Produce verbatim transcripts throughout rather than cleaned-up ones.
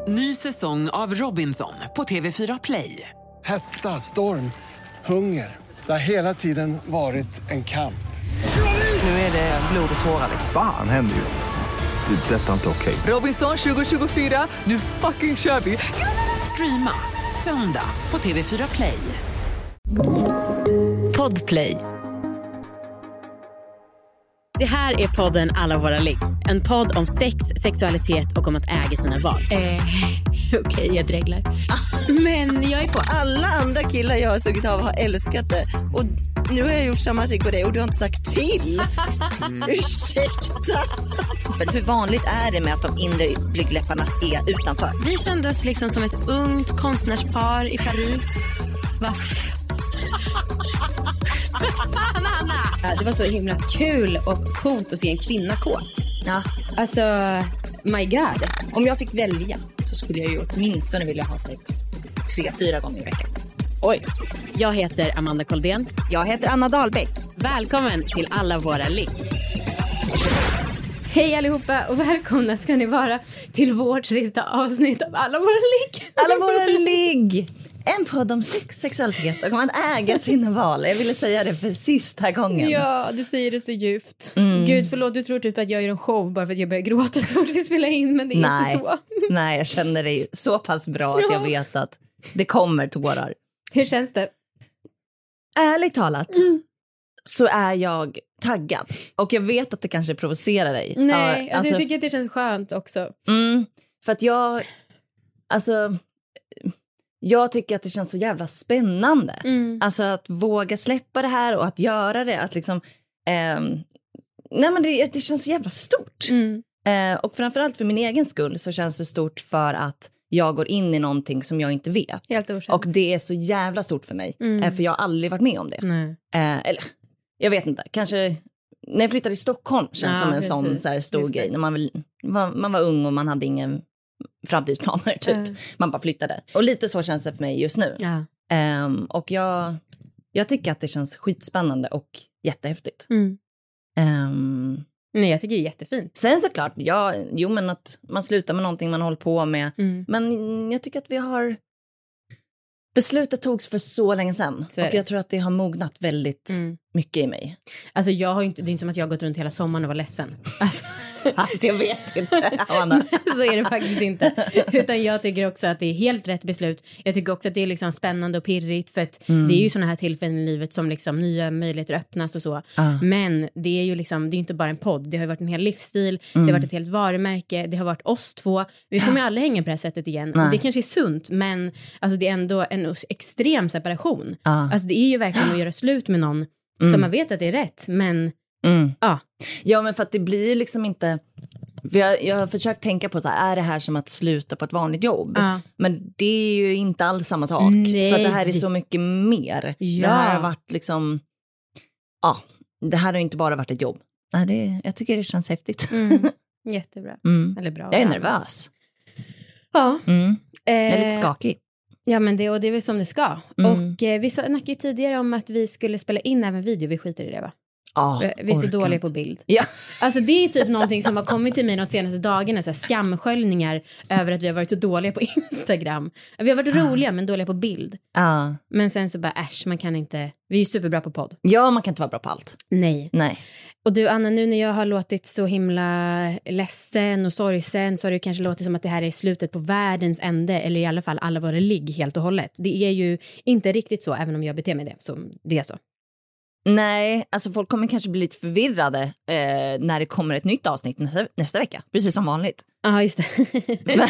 Ny säsong av Robinson på T V fyra Play. Hetta, storm, hunger. Det har hela tiden varit en kamp. Nu är det blod och tårar. Fan händer just nu. Det. Detta är inte okej. Robinson tjugo tjugofyra, nu fucking kör vi. Streama söndag på T V fyra Play. Podplay. Det här är podden Alla våra ligg. En podd om sex, sexualitet och om att äga sina val. Eh, Okej, okay, jag dreglar. Men jag är på. Alla andra killar jag har sugit av har älskat det. Och nu har jag gjort samma trick på det och du har inte sagt till. Mm. Ursäkta. Men hur vanligt är det med att de inre blygdläpparna är utanför? Vi kände oss liksom som ett ungt konstnärspar i Paris. Va? Det var så himla kul och coolt att se en kvinna kåt. Ja. Alltså, my god. Om jag fick välja så skulle jag ju åtminstone vilja ha sex tre, fyra gånger i veckan. Oj. Jag heter Amanda Koldén. Jag heter Anna Dahlbäck. Välkommen till Alla våra ligg. Hej allihopa och välkomna ska ni vara till vårt sista avsnitt av Alla våra ligg. Alla våra ligg. En podd om sex, sexualitet och man äger sina val. Jag ville säga det för sista gången. Ja, du säger det så djupt. Mm. Gud, förlåt, du tror typ att jag gör en show bara för att jag börjar gråta så fort vi spelar in, men det är Nej. inte så. Nej, jag känner dig så pass bra att ja. jag vet att det kommer tårar. Hur känns det? Ärligt talat mm. så är jag taggad. Och jag vet att det kanske provocerar dig. Nej, ja, alltså, alltså jag tycker att det känns skönt också. Mm, för att jag, alltså... Jag tycker att det känns så jävla spännande. Mm. Alltså att våga släppa det här och att göra det. Att liksom, eh, nej men det, det känns så jävla stort. Mm. Eh, och framförallt för min egen skull så känns det stort för att jag går in i någonting som jag inte vet. Helt okänt. Och det är så jävla stort för mig. Mm. Eh, för jag har aldrig varit med om det. Eh, eller, jag vet inte. Kanske när jag flyttade till Stockholm känns ja, som en precis. sån så här stor grej. När man, vill, man, man var ung och man hade ingen... framtidsplaner typ. Mm. Man bara flyttade. Och lite så känns det för mig just nu. Ja. Um, och jag, jag tycker att det känns skitspännande och jättehäftigt. Mm. Um, Nej, jag tycker det är jättefint. sen såklart, ja, jo men att man slutar med någonting man håller på med. Mm. Men jag tycker att vi har... Beslutet togs för så länge sedan. Och jag tror att det har mognat väldigt mm. mycket i mig. Alltså jag har inte, det är inte som att jag har gått runt hela sommaren och var ledsen. Alltså, alltså jag vet inte. Så är det faktiskt inte. Utan jag tycker också att det är helt rätt beslut. Jag tycker också att det är liksom spännande och pirrigt. För att mm. det är ju såna här tillfällen i livet som liksom nya möjligheter öppnas och så. Ah. Men det är ju liksom, det är inte bara en podd. Det har varit en hel livsstil. Mm. Det har varit ett helt varumärke. Det har varit oss två. Vi kommer aldrig hänga på det här sättet igen. Och det kanske är sunt. Men alltså, det är ändå en extrem separation. Ah. Alltså det är ju verkligen att göra slut med någon mm. som man vet att det är rätt, men mm. ah. ja, men för att det blir liksom inte, för jag, jag har försökt tänka på så här, är det här som att sluta på ett vanligt jobb? Ah. Men det är ju inte alls samma sak. Nej. För att det här är så mycket mer. Ja. Det här har varit liksom, ja, det här har inte bara varit ett jobb. Nej, det, jag tycker det känns häftigt. Mm. Jättebra. Mm. Eller bra. Jag är nervös. Ja. Mm. Eh. Jag är lite skakig. Ja, men det, och det är väl som det ska. Mm. Och eh, vi snackade ju tidigare om att vi skulle spela in även video. Vi skiter i det, va? Ah, vi är så dåliga på bild. Ja. Alltså det är typ någonting som har kommit till mig de senaste dagarna. Så här skamsköljningar över att vi har varit så dåliga på Instagram. Vi har varit ah. roliga men dåliga på bild. Ah. Men sen så bara, äsch, man kan inte... Vi är ju superbra på podd. Ja, man kan inte vara bra på allt. Nej. Nej. Och du Anna, nu när jag har låtit så himla ledsen och sorgsen så har det kanske låtit som att det här är slutet på världens ände. Eller i alla fall alla våra ligg helt och hållet. Det är ju inte riktigt så, även om jag beter mig det som det är så. Nej, alltså folk kommer kanske bli lite förvirrade eh, när det kommer ett nytt avsnitt nästa, nästa vecka. Precis som vanligt. Ja, just det.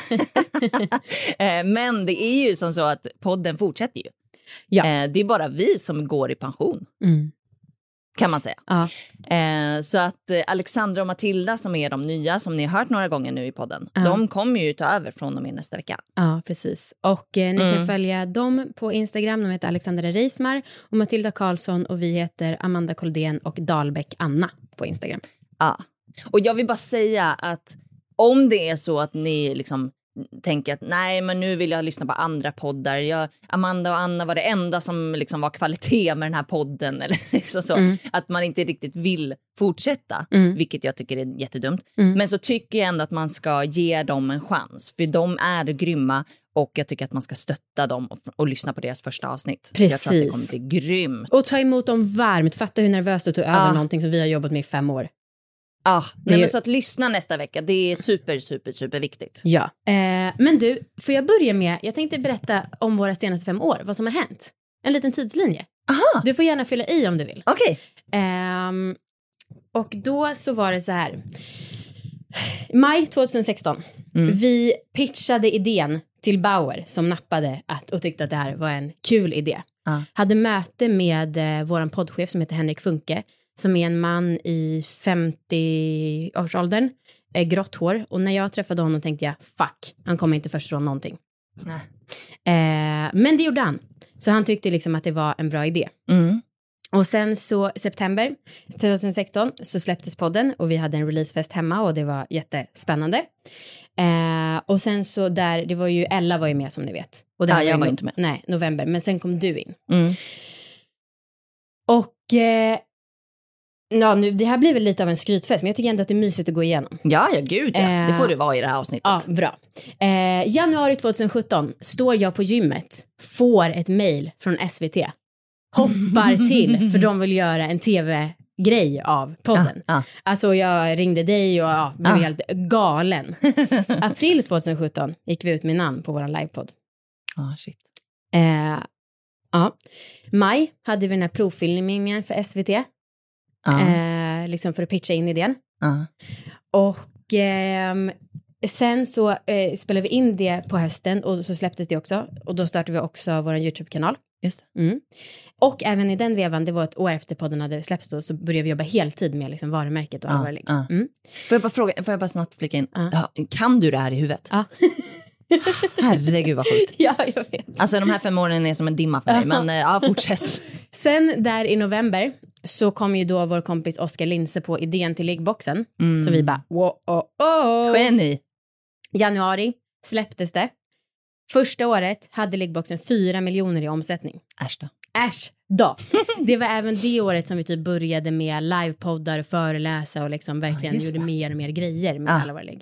eh, men det är ju som så att podden fortsätter ju. Ja. Eh, det är bara vi som går i pension. Mm. Kan man säga. Ja. Eh, så att eh, Alexandra och Matilda som är de nya som ni har hört några gånger nu i podden. Ja. De kommer ju ta över från och med nästa vecka. Ja, precis. Och eh, ni Mm. kan följa dem på Instagram. De heter Alexandra Reismar och Matilda Karlsson. Och vi heter Amanda Koldén och Dahlbäck Anna på Instagram. Ja. Och jag vill bara säga att om det är så att ni liksom tänker att nej, men nu vill jag lyssna på andra poddar. Jag, Amanda och Anna var det enda som liksom var kvalitet med den här podden. Eller liksom så. Mm. Att man inte riktigt vill fortsätta, mm. vilket jag tycker är jättedumt. Mm. Men så tycker jag ändå att man ska ge dem en chans. För de är grymma. Och jag tycker att man ska stötta dem och, och lyssna på deras första avsnitt. Precis. Jag tror att det kommer bli grymt. Och ta emot dem varmt. Fatta hur nervöst du tog över ah. någonting som vi har jobbat med i fem år. Ja, ah, nej, men så att lyssna nästa vecka. Det är super, super, super viktigt. Ja. Eh, men du, får jag börja med... Jag tänkte berätta om våra senaste fem år. Vad som har hänt. En liten tidslinje. Aha. Du får gärna fylla i om du vill. Okej. Okay. Eh, och då så var det så här. Maj tjugohundrasexton. Mm. Vi pitchade idén till Bauer som nappade att, och tyckte att det här var en kul idé. Ah. Hade möte med eh, våran poddchef som heter Henrik Funke. Som är en man i femtio-årsåldern. Eh, grått hår. Och när jag träffade honom tänkte jag, fuck, han kommer inte förstå någonting. Nej. Eh, men det gjorde han. Så han tyckte liksom att det var en bra idé. Mm. Och sen så september tjugohundrasexton så släpptes podden och vi hade en releasefest hemma och det var jättespännande. Eh, och sen så där, det var ju, Ella var ju med som ni vet. Och ja, jag var, var no- inte med. Nej, november. Men sen kom du in. Mm. Och eh, ja, nu, det här blir väl lite av en skrytfest, men jag tycker ändå att det är mysigt att gå igenom. Ja, ja gud ja. Eh, det får det vara i det här avsnittet. Ja, bra. Eh, januari tjugosjutton står jag på gymmet, får ett mejl från S V T. Hoppar till, för de vill göra en tv-grej av podden. Ah, ah. Alltså jag ringde dig och ja, blev ah. helt galen. April tjugosjutton gick vi ut med namn på vår livepodd. Ah, shit. Eh, ja. Maj hade vi den här provfilmningen för S V T. Ah. Eh, liksom för att pitcha in idén. Ah. Och eh, sen så eh, spelade vi in det på hösten och så släpptes det också. Och då startade vi också vår YouTube-kanal. Just det. Mm. Och även i den vevan, det var ett år efter podden hade släppts då, så började vi jobba heltid med liksom varumärket och ah, allvarlig. Ah. Mm. Får jag bara fråga, får jag bara snabbt flika in? Ah. Ja, kan du det här i huvudet? Ja. Herregud vad sjukt. Ja, jag vet. Alltså de här fem åren är som en dimma för mig, men ja, fortsätt. Sen där i november så kom ju då vår kompis Oskar Linse på idén till liggboxen. Mm. Så vi bara, wow, oh, oh. Geni. Januari släpptes det. Första året hade liggboxen fyra miljoner i omsättning. Äsch då. Äsch då. Det var även det året som vi typ började med livepoddar och föreläsa och liksom verkligen ah, gjorde mer och mer grejer med ah. alla våra ligg.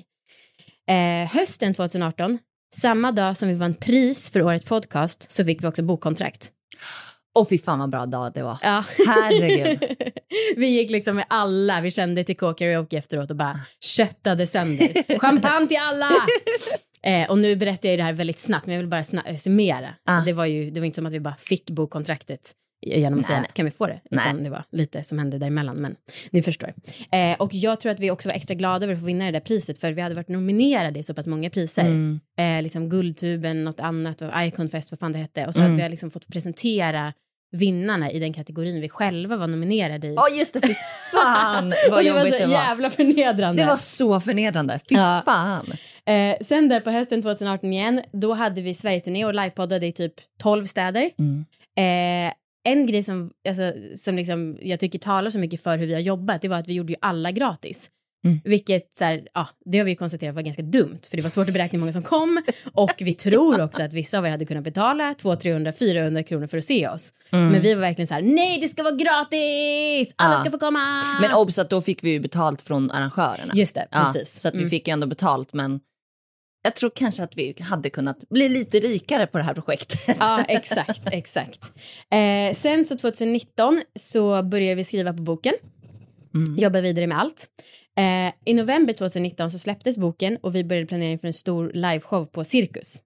Eh, hösten tjugoarton, samma dag som vi vann pris för årets podcast, så fick vi också bokkontrakt. Åh fy fan vad bra dag det var. Ja. Herregud. Vi gick liksom med alla, vi kände till K-karaoke efteråt och bara köttade sönder. Champagne till alla! Eh, och nu berättar jag det här väldigt snabbt, men jag vill bara sna- summera. Ah. Det var ju det var inte som att vi bara fick bokkontraktet genom att nej, säga, nej. Kan vi få det? Utan nej. Det var lite som hände däremellan, men ni förstår. Eh, och jag tror att vi också var extra glada över att få vinna det där priset, för vi hade varit nominerade i så pass många priser. Mm. Eh, liksom Guldtuben, något annat, och Iconfest, vad fan det hette. Och så mm. hade vi liksom fått presentera vinnarna i den kategorin vi själva var nominerade i. Åh oh, just det, fy fan vad det jobbigt var så det var. Jävla förnedrande. Det var så förnedrande, fy ja. fan. Eh, sen där på hösten tjugoarton igen, då hade vi Sverige-turné och livepoddade i typ tolv städer. Mm. Eh, en grej som, alltså, som liksom, jag tycker talar så mycket för hur vi har jobbat, det var att vi gjorde ju alla gratis. Mm. Vilket, så här, ja, det har vi konstaterat var ganska dumt, för det var svårt att beräkna hur många som kom, och vi tror också att vissa av er hade kunnat betala tvåhundra, trehundra, fyrahundra kronor för att se oss. Mm. Men vi var verkligen så här: nej, det ska vara gratis! Alla ja. ska få komma! Men obs att då fick vi ju betalt från arrangörerna. Just det, precis. Ja, så att vi mm. fick ju ändå betalt, men jag tror kanske att vi hade kunnat bli lite rikare på det här projektet. Ja, exakt, exakt. Eh, sen så tjugonitton så började vi skriva på boken. Mm. Jobba vidare med allt. Eh, I november tjugonitton så släpptes boken och vi började planera för en stor liveshow på Cirkus.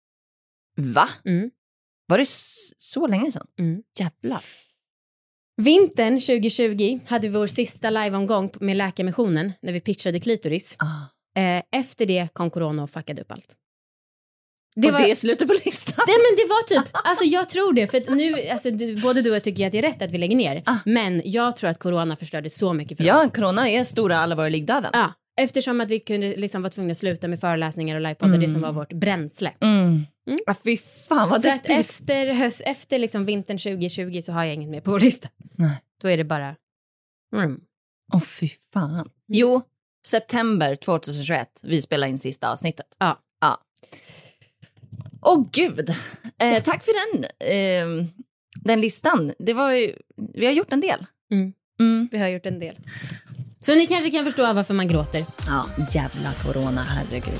Va? Mm. Var det s- så länge sedan? Mm. Jävlar. Vintern tjugohundratjugo hade vi vår sista liveomgång med Läkarmissionen när vi pitchade Klitoris. Ah. Eh, efter det kom corona och fuckade upp allt. Det och var, det är slutet på listan. Nej, men det var typ, alltså jag tror det, för att nu, alltså du, både du och jag tycker att det är rätt att vi lägger ner, ah. men jag tror att corona förstörde så mycket för ja, oss. Ja, corona är stora allvarliga liggdöden. Ja, eftersom att vi kunde liksom vara tvungna att sluta med föreläsningar och livepoddar, mm. det som var vårt bränsle. Mm. Mm. Ja, fy fan vad så det att efter, höst, efter liksom vintern tjugohundratjugo så har jag inget mer på vår lista. Nej. Då är det bara... Åh mm. oh, fy fan. Mm. Jo, september tjugohundratjugoett, vi spelar in sista avsnittet. Ja. Ja. Åh oh, gud. Eh, tack för den, eh, den listan. Det var ju, vi har gjort en del. Mm. Mm. Vi har gjort en del. Så ni kanske kan förstå varför man gråter. Ja, jävla corona, herregud.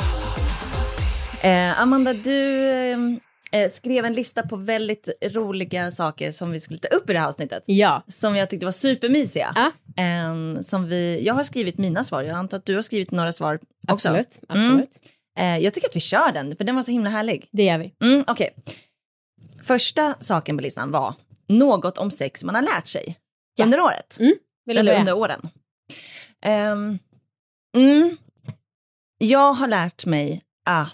Eh, Amanda, du eh, skrev en lista på väldigt roliga saker som vi skulle ta upp i det här avsnittet. Ja. Som jag tyckte var supermysiga. Ja. Eh, som vi, jag har skrivit mina svar. Jag antar att du har skrivit några svar också. Absolut, absolut. Mm. Eh, jag tycker att vi kör den, för den var så himla härlig. Det gör vi. Mm, okej. Okay. Första saken på listan var något om sex man har lärt sig ja. under året. Mm. Vill Eller under åren. Um, mm, jag har lärt mig att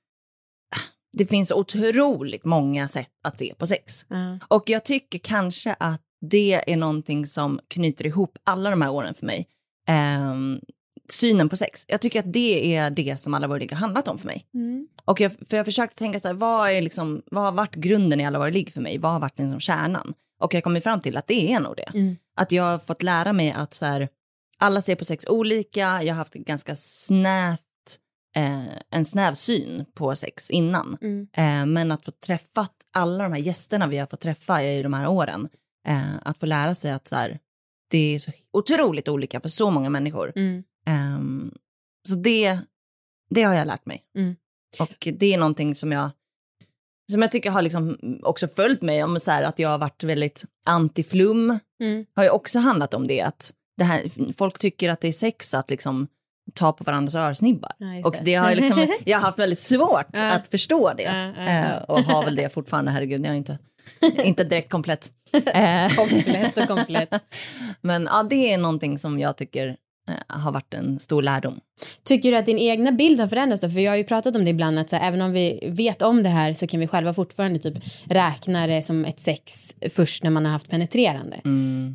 det finns otroligt många sätt att se på sex. Mm. Och jag tycker kanske att det är någonting som knyter ihop alla de här åren för mig. Um, synen på sex. Jag tycker att det är det som alla våra ligg har handlat om för mig. Mm. Och jag, för jag försökte tänka så här, vad, är liksom, vad har varit grunden i alla våra ligg för mig? Vad har varit liksom kärnan? Och jag kom fram till att det är nog det. Mm. Att jag har fått lära mig att så här, alla ser på sex olika. Jag har haft ganska snävt, eh, en snäv syn på sex innan. Mm. Eh, men att få träffa alla de här gästerna vi har fått träffa i de här åren. Eh, att få lära sig att så här, det är så otroligt olika för så många människor. Mm. Um, så det, det har jag lärt mig. Mm. Och det är någonting som jag som jag tycker har liksom också följt mig om så här, att jag har varit väldigt anti-flum. Mm. Har ju också handlat om det att det här, folk tycker att det är sex att liksom ta på varandras örsnibbar. Ja, och det har liksom, jag har haft väldigt svårt ja. att förstå det. Ja, ja, ja. Uh, och har väl det fortfarande, herregud, jag är inte, inte direkt komplett. komplett och komplett. Men ja, det är någonting som jag tycker har varit en stor lärdom. Tycker du att din egna bild har förändrats då? För jag har ju pratat om det ibland att så här, även om vi vet om det här så kan vi själva fortfarande typ räkna det som ett sex först när man har haft penetrerande. Mm.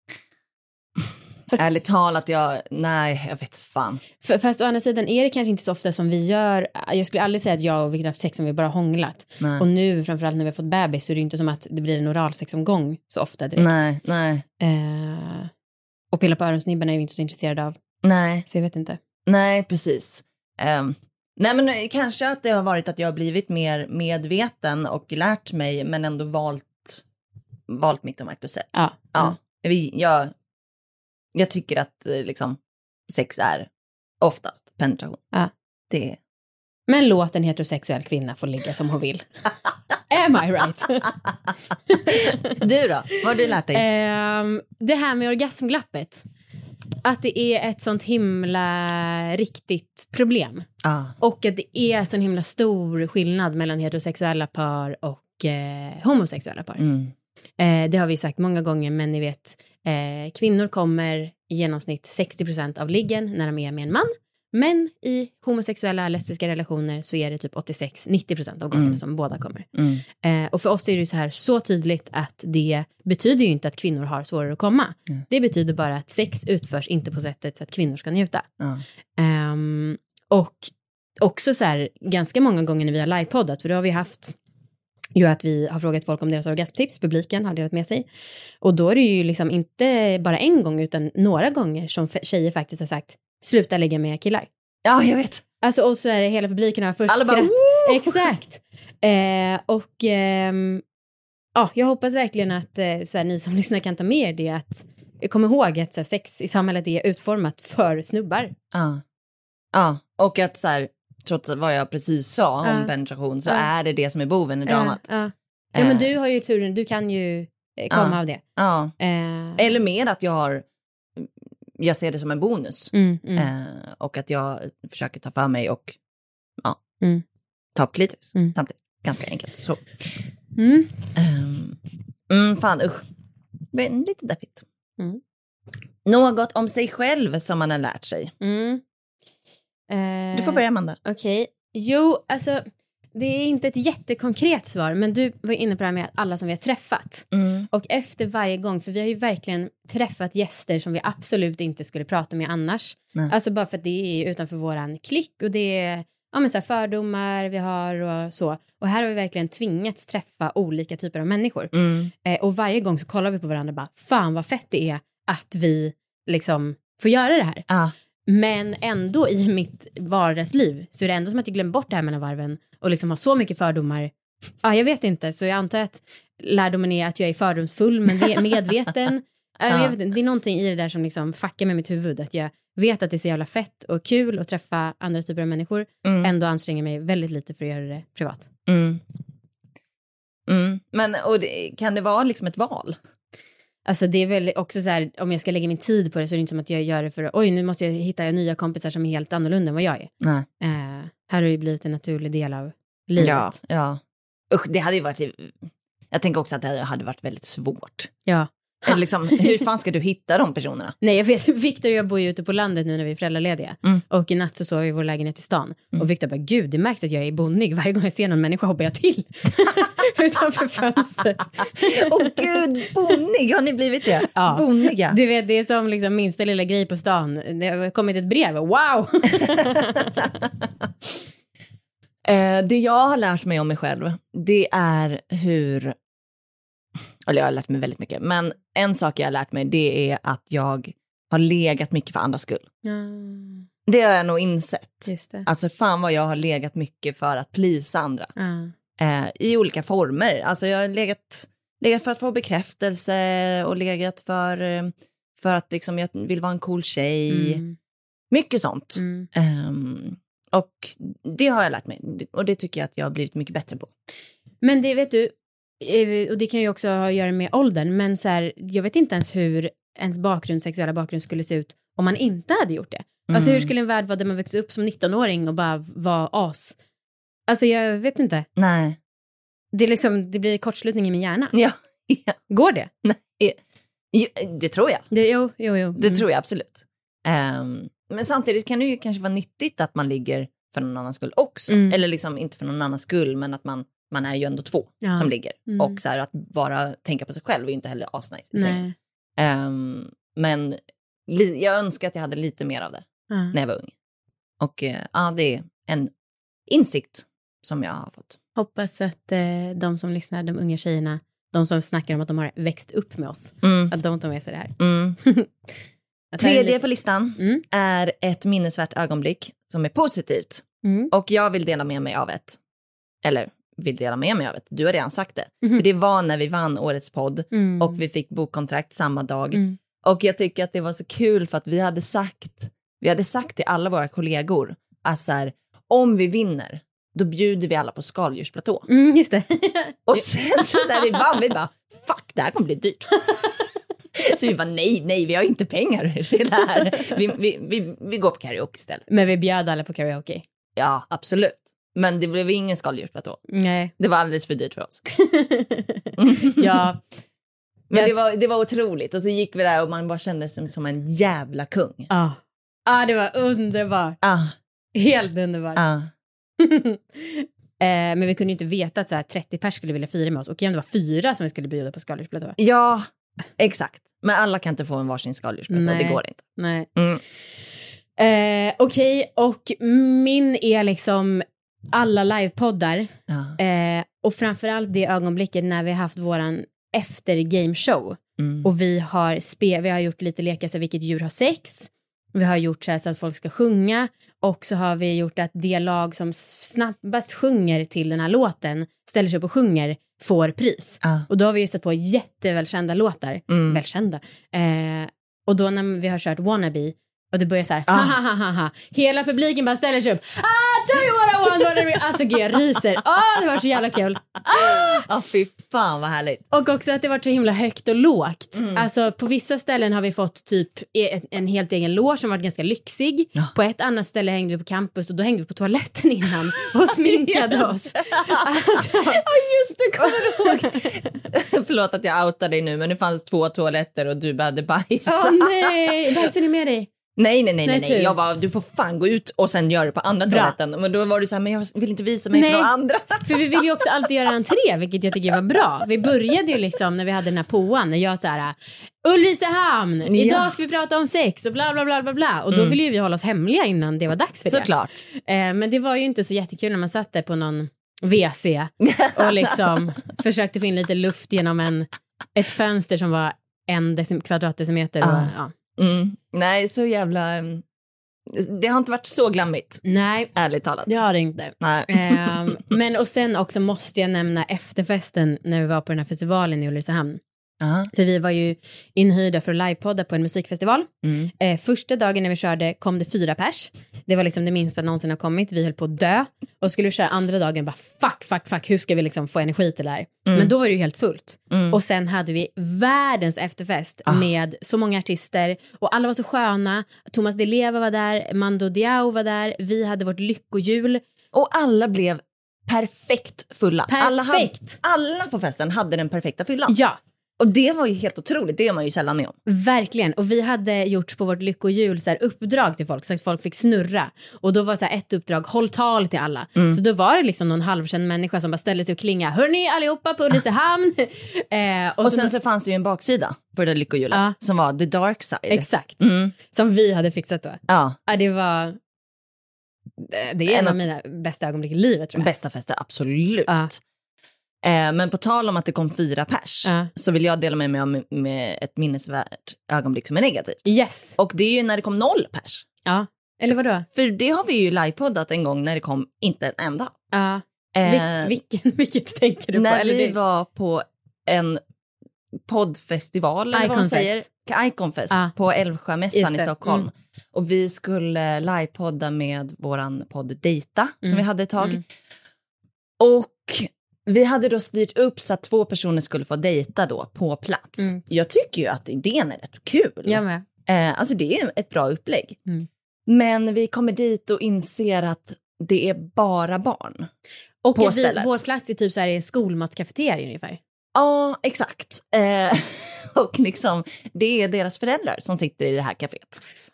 Fast, ärligt talat, jag, nej, jag vet fan. För, fast å andra sidan är det kanske inte så ofta som vi gör, jag skulle aldrig säga att jag och Victor har haft sex som vi bara hånglat. Nej. Och nu framförallt när vi har fått bebis så är det inte som att det blir en oralsexomgång så ofta direkt. Nej, nej. Eh, och pilla på öronsnibbarna är vi inte så intresserade av. Nej. Så jag vet inte. Nej, precis. Um, nej, men kanske att det har varit att jag har blivit mer medveten och lärt mig, men ändå valt, valt mitt och märkt och sett. Ja. Ja. Vi, jag, jag tycker att liksom, sex är oftast penetration. Ja. Det är... Men låt en heterosexuell kvinna få ligga som hon vill. Am I right? Du då? Vad har du lärt dig? Um, det här med orgasmglappet. Att det är ett sånt himla riktigt problem. Ah. Och att det är sån himla stor skillnad mellan heterosexuella par och eh, homosexuella par. Mm. Eh, det har vi sagt många gånger, men ni vet, eh, kvinnor kommer i genomsnitt sextio procent av liggen när de är med en man. Men i homosexuella lesbiska relationer så är det typ åttiosex till nittio procent av gångerna mm. som båda kommer. Mm. Eh, och för oss är det ju så här så tydligt att det betyder ju inte att kvinnor har svårare att komma. Mm. Det betyder bara att sex utförs inte på sättet så att kvinnor ska njuta. Mm. Eh, och också så här ganska många gånger när vi har livepoddat, för då har vi haft ju att vi har frågat folk om deras orgasmtips, publiken har delat med sig. Och då är det ju liksom inte bara en gång utan några gånger som tjejer faktiskt har sagt sluta ligga med killar. Ja, jag vet. Alltså, och så är det hela publiken har först alla bara, skratt. Woo! Exakt. Eh, och eh, ja, jag hoppas verkligen att eh, så här, ni som lyssnar kan ta med er det, att kom ihåg att så här, sex i samhället är utformat för snubbar. Ja. Ja, och att så här, trots vad jag precis sa om ja. penetration så ja. är det det som är boven i dramat. Ja, ja. ja men du har ju turen, du kan ju eh, komma ja. av det. Ja. Eh. Eller med att jag har, jag ser det som en bonus. Mm, mm. Eh, och att jag försöker ta för mig och ja, mm. ta på klitoris mm. samtidigt. Ganska enkelt. Så. Mm. Um, mm, fan usch. Men lite deppigt. Mm. Något om sig själv som man har lärt sig. Mm. Eh, du får börja, Amanda. Okej. Okay. Jo, alltså det är inte ett jättekonkret svar, men du var inne på det här med alla som vi har träffat. Mm. Och efter varje gång, för vi har ju verkligen träffat gäster som vi absolut inte skulle prata med annars. Nej. Alltså bara för att det är utanför våran klick och det är ja, men så här fördomar vi har och så. Och här har vi verkligen tvingats träffa olika typer av människor. Mm. Eh, och varje gång så kollar vi på varandra och bara, fan vad fett det är att vi liksom får göra det här. Ah. Men ändå i mitt vardagsliv så är det ändå som att jag glömmer bort det här mellan varven och liksom har så mycket fördomar. Ja, jag vet inte. Så jag antar att lärdomen är att jag är fördomsfull men medveten. Ja. Jag vet inte. Det är någonting i det där som liksom fuckar med mitt huvud. Att jag vet att det är så jävla fett och kul att träffa andra typer av människor. Mm. Ändå anstränger mig väldigt lite för att göra det privat. Mm. Mm. Men och det, kan det vara liksom ett val? Alltså det är väl också så här, om jag ska lägga min tid på det så är det inte som att jag gör det för oj, nu måste jag hitta nya kompisar som är helt annorlunda än vad jag är. Nej. Eh, här har det ju blivit en naturlig del av livet. Ja, ja. Usch, det hade ju varit, jag tänker också att det hade varit väldigt svårt. Ja. Eller liksom, hur fan ska du hitta de personerna? Nej, jag vet, Victor och jag bor ju ute på landet nu när vi är föräldralediga. Mm. Och i natt så sov vi i vår lägenhet i stan. Mm. Och Victor bara, gud, det märks att jag är bonnig. Varje gång jag ser någon människa hoppar jag till. Utanför fönstret. Åh oh, gud, bonnig, har ni blivit det? Ja. Bonniga. Du vet, det är som liksom minsta lilla grej på stan. Det har kommit ett brev, wow! eh, det jag har lärt mig om mig själv, det är hur... Eller jag har lärt mig väldigt mycket. Men en sak jag har lärt mig, det är att jag har legat mycket för andras skull. Mm. Det har jag nog insett. Just det. Alltså fan vad jag har legat mycket för att plisa andra. Mm. Eh, I olika former. Alltså jag har legat, legat för att få bekräftelse och legat för, för att liksom jag vill vara en cool tjej. Mm. Mycket sånt. Mm. Um, och det har jag lärt mig. Och det tycker jag att jag har blivit mycket bättre på. Men det vet du, och det kan ju också ha att göra med åldern, men så här, jag vet inte ens hur ens bakgrund, sexuella bakgrund skulle se ut om man inte hade gjort det. Mm. Alltså hur skulle en värld vara där man växte upp som nittonåring och bara var as? Alltså jag vet inte. Nej. Det, är liksom, det blir kortslutning i min hjärna. Ja. ja. Går det? Nej. Jo, det tror jag. Det, jo, jo, jo. Mm. Det tror jag absolut. Um, men samtidigt kan det ju kanske vara nyttigt att man ligger för någon annans skull också. Mm. Eller liksom inte för någon annans skull, men att man Man är ju ändå två ja. som ligger. Mm. Och så här, att bara tänka på sig själv är ju inte heller asnice i sig. Um, men li- jag önskar att jag hade lite mer av det mm. när jag var ung. Och uh, ja, det är en insikt som jag har fått. Hoppas att eh, de som lyssnar, de unga tjejerna, de som snackar om att de har växt upp med oss, mm. att de tar med sig det här. Mm. Tredje lite... på listan mm. är ett minnesvärt ögonblick som är positivt. Mm. Och jag vill dela med mig av ett. Eller vill dela med mig av det. Du har redan sagt det. Mm. För det var när vi vann årets podd mm. och vi fick bokkontrakt samma dag. Mm. Och jag tycker att det var så kul för att vi hade sagt vi hade sagt till alla våra kollegor att så här, om vi vinner då bjuder vi alla på skaldjursplatå. Mm, just det. Och sen så när vi vann vi bara, fuck, det här kommer bli dyrt. Så vi bara, nej, nej, vi har inte pengar till det här. Vi, vi, vi, vi går på karaoke istället. Men vi bjöd alla på karaoke. Ja, absolut. Men det blev ingen skaldjursplatå. Nej. Det var alldeles för dyrt för oss. Ja. Men jag... det, var, det var otroligt. Och så gick vi där och man bara kände sig som en jävla kung. Ja, ah. ah, det var underbart. Ah. Helt underbart. Ah. eh, men vi kunde ju inte veta att så här, trettio pers skulle vilja fira med oss. Och om det var fyra som vi skulle bjuda på skaldjursplatå. Ja, exakt. Men alla kan inte få en varsin skaldjursplatå. Det går inte. Nej. Mm. Eh, Okej, okay. Och min är liksom alla livepoddar. Ja. Eh, och framförallt det ögonblicket när vi har haft våran efter game show. Mm. Och vi har, spe- vi har gjort lite lekar så vilket djur har sex. Vi har gjort så, här så att folk ska sjunga. Och så har vi gjort att det lag som snabbast sjunger till den här låten ställer sig upp och sjunger får pris. Ah. Och då har vi ju sett på jättevälkända låtar. Mm. Välkända. Eh, och då när vi har kört Wannabe och det börjar så här, ah. ha, ha, ha, ha. Hela publiken bara ställer sig upp. Ah, tell you what I want, what I re-. Alltså gud, jag ryser. Ah, det var så jävla kul. Ah, ah fy fan vad härligt. Och också att det var så himla högt och lågt. Mm. Alltså på vissa ställen har vi fått typ en, en helt egen loge som var ganska lyxig. Ja. På ett annat ställe hängde vi på campus och då hängde vi på toaletten innan och sminkade yes. oss. Alltså. Oh, just det, kommer du ihåg? Förlåt att jag outar dig nu, men det fanns två toaletter och du började bajsa. Åh oh, nej, bajsar ni med dig? Nej, nej, nej, nej, nej. nej. Jag bara, du får fan gå ut och sen göra det på andra toaletten. Men då var du så här, men jag vill inte visa mig nej. för de andra. För vi vill ju också alltid göra entré, vilket jag tycker var bra. Vi började ju liksom när vi hade den här poan, när jag så här, Ulricehamn, ja. idag ska vi prata om sex och bla bla bla bla bla. Och då mm. ville ju vi hålla oss hemliga innan det var dags för det. Såklart. Eh, men det var ju inte så jättekul när man satt där på någon W C och liksom försökte få in lite luft genom en, ett fönster som var en decim- kvadratdecimeter. Ah. Och, ja. Mm. Nej, så jävla det har inte varit så glammigt. Nej. Ärligt talat. Det har det inte. Nej. Um, men och sen också måste jag nämna efterfesten när vi var på den här festivalen i Ulricehamn. Uh-huh. För vi var ju inhyrda för att livepodda på en musikfestival. Mm. Eh, första dagen när vi körde kom det fyra pers. Det var liksom det minsta någonsin har kommit. Vi höll på att dö. Och skulle vi köra andra dagen bara fuck, fuck, fuck. Hur ska vi liksom få energi till det här? Mm. Men då var det ju helt fullt. Mm. Och sen hade vi världens efterfest ah. med så många artister. Och alla var så sköna. Thomas Di Leva var där. Mando Diao var där. Vi hade vårt lyckohjul. Och alla blev perfekt fulla. Perfekt. Alla, hade, alla på festen hade den perfekta fyllan. Ja. Och det var ju helt otroligt, det är man ju sällan med om. Verkligen, och vi hade gjort på vårt lyckohjul så här uppdrag till folk så att folk fick snurra. Och då var så här ett uppdrag, håll tal till alla. Mm. Så då var det liksom någon halvkänd människa som bara ställde sig och klinga. Hörni allihopa på Ulricehamn. eh, och, och så sen då... så fanns det ju en baksida på det lyckohjulet ja. som var the dark side. Exakt, mm. som vi hade fixat då. Ja, ja det var... Det är en av mina bästa ögonblick i livet tror jag. Bästa fester, absolut. Ja. Eh, men på tal om att det kom fyra pers uh. så vill jag dela med mig om med ett minnesvärt ögonblick som är negativt. Yes. Och det är ju när det kom noll pers. Ja, eller vadå? För det har vi ju livepoddat en gång när det kom inte en enda. Ja. Uh. Eh, Vil- vilken, vilket tänker du på? När eller vi det? var på en poddfestival eller vad man säger. Iconfest uh. på Älvsjömässan i Stockholm. Mm. Och vi skulle livepodda med våran podd Data som mm. vi hade ett tag. Mm. Och vi hade då styrt upp så att två personer skulle få dejta då på plats. Mm. Jag tycker ju att idén är rätt kul. Jag med. Eh, alltså det är ett bra upplägg. Mm. Men vi kommer dit och inser att det är bara barn. Och på vi, stället. Vår plats är typ så här i skolmatkafeteria ungefär. Ja, exakt. Eh, och liksom, det är deras föräldrar som sitter i det här kaféet.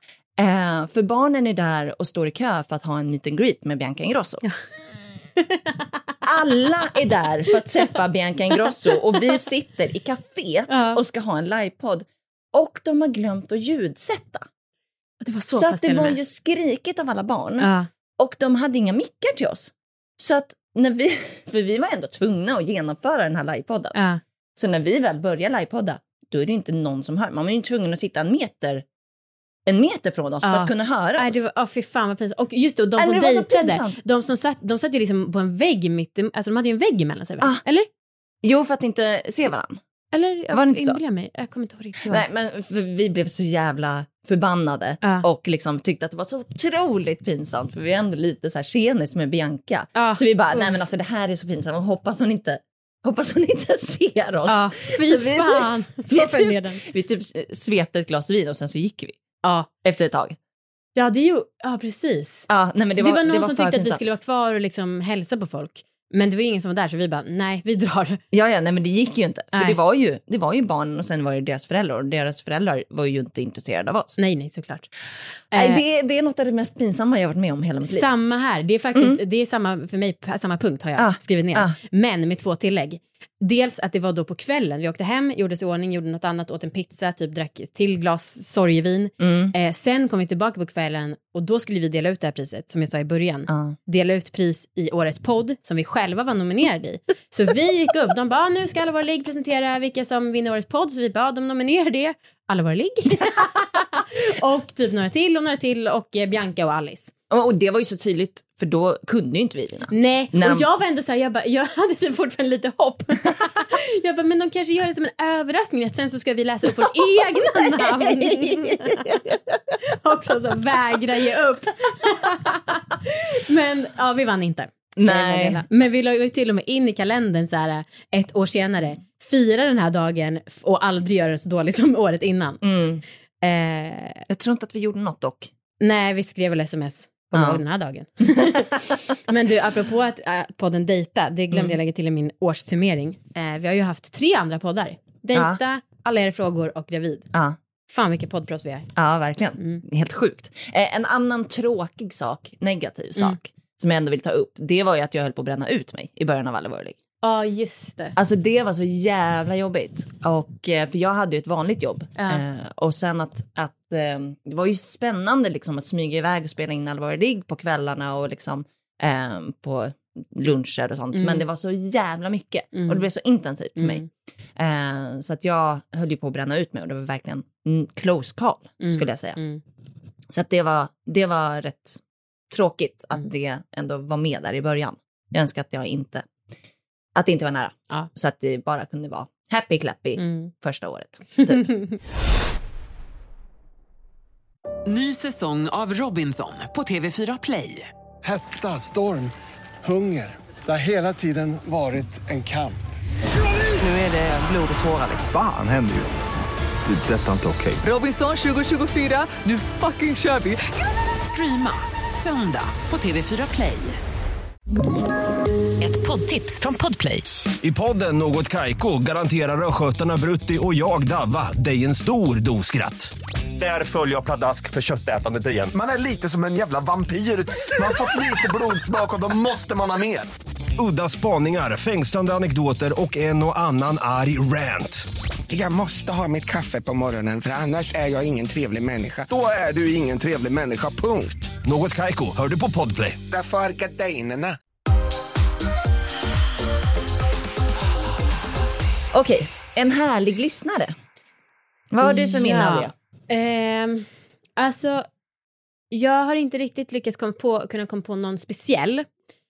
Eh, för barnen är där och står i kö för att ha en meet and greet med Bianca Ingrosso. Ja. Alla är där för att träffa Bianca Ingrosso och vi sitter i kaféet ja. och ska ha en livepodd. Och de har glömt att ljudsätta. Det var så så att det var ju skrikigt av alla barn. Ja. Och de hade inga mickar till oss. Så att när vi, för vi var ändå tvungna att genomföra den här livepodden. Ja. Så när vi väl börjar livepodda, då är det inte någon som hör. Man var ju tvungen att sitta en meter en meter från oss ja. för att kunna höra oss. Nej, det var, oh, fy fan vad pinsamt. Och just då, de som dejtade, de som satt, de satt ju liksom på en vägg mitt, alltså de hade ju en vägg emellan sig, ah. eller? Jo, för att inte se varandra. Eller, var det inte så? Jag mig. Jag kommer inte ihåg riktigt. Nej, men för vi blev så jävla förbannade ah. och liksom tyckte att det var så otroligt pinsamt, för vi är ändå lite så här tjenis med Bianca. Ah. Så vi bara, nej men alltså det här är så pinsamt och hoppas hon inte Hoppas hon inte ser oss. Ja, fy så fan. Vi, så vi, typ, vi typ svepte ett glas vin och sen så gick vi. Ja. Efter ett tag. Ja, det är ju, ja precis. Ja, nej, men det, var, det var någon det var som tyckte pinsamt. att vi skulle vara kvar och liksom hälsa på folk. Men det var ingen som var där, så vi bara, nej, vi drar. Ja, ja, nej men det gick ju inte. Nej. För det var ju, det var ju barnen och sen var det deras föräldrar. Och deras föräldrar var ju inte intresserade av oss. Nej, nej, såklart. Nej, det, det är något av det mest pinsamma jag har varit med om hela mitt liv. Samma här. Det är faktiskt, mm. det är samma för mig, samma punkt har jag ah, skrivit ner. Ah. Men med två tillägg. Dels att det var då på kvällen. Vi åkte hem, gjorde sig i ordning, gjorde något annat, åt en pizza, typ drack till glas sorgevin. Mm. Eh, sen kom vi tillbaka på kvällen och då skulle vi dela ut det här priset, som jag sa i början. Uh. Dela ut pris i årets podd, som vi själva var nominerade i. Så vi gick upp, de bara, nu ska alla våra ligg presentera vilka som vinner årets podd. Så vi bara, de nominerar det. Alla våra ligg. Och typ några till och några till och eh, Bianca och Alice. Och det var ju så tydligt, för då kunde ju inte vi vinna. Nej, När och de... jag var ändå så här, jag, bara, jag hade typ fortfarande lite hopp. Jag bara, men de kanske gör det som en överraskning att sen så ska vi läsa upp vårt egna namn. Också så vägra ge upp. Men ja, vi vann inte. Nej. Men vi la ju till och med in i kalendern så här ett år senare. Fira den här dagen och aldrig göra det så dåligt som året innan. Mm. Eh, jag tror inte att vi gjorde något dock. Nej, vi skrev väl sms på ja. den här dagen. Men du, apropå att äh, podden Data, det glömde mm. jag lägga till i min årssummering. Eh, vi har ju haft tre andra poddar. Data, ja. Alla era frågor och gravid. Ja. Fan vilka poddpros vi är. Ja, verkligen. Mm. Helt sjukt. Eh, en annan tråkig sak, negativ sak, mm. som jag ändå vill ta upp, det var ju att jag höll på att bränna ut mig i början av alla våra ligg. Ja, just det. Alltså det var så jävla jobbigt. Och, för jag hade ju ett vanligt jobb. Ja. Eh, och sen att, att eh, det var ju spännande liksom, att smyga iväg och spela in alla våra ligg på kvällarna och liksom, eh, på luncher och sånt. Mm. Men det var så jävla mycket. Mm. Och det blev så intensivt för mm. mig. Eh, så att jag höll ju på att bränna ut mig. Och det var verkligen mm, close call, mm. skulle jag säga. Mm. Så att det var, det var rätt tråkigt att det ändå var med där i början. Jag önskar att jag inte, att det inte var nära. Ja. Så att det bara kunde vara happy clappy mm. första året. Typ. Ny säsong av Robinson på T V fyra Play. Hetta, storm, hunger. Det har hela tiden varit en kamp. Nu är det blod och tårar. Fan händer just det. Det är detta inte okej. Robinson tjugo tjugofyra, nu fucking kör vi. Streama söndag på T V fyra Play. Ett poddtips från Podplay. I podden Något Kaiko garanterar röskötarna Brutti och jag Davva dig en stor doskratt. Där följer jag pladask för köttätandet igen. Man är lite som en jävla vampyr. Man har fått lite blodsmak och då måste man ha mer. Udda spaningar, fängslande anekdoter och en och annan arg rant. Jag måste ha mitt kaffe på morgonen för annars är jag ingen trevlig människa. Då är du ingen trevlig människa, punkt. Något Kaiko, hör du på Podplay. Därför är gardinerna. Okej, en härlig lyssnare. Vad har du för minne av det? Eh, alltså, jag har inte riktigt lyckats komma på, kunna komma på någon speciell.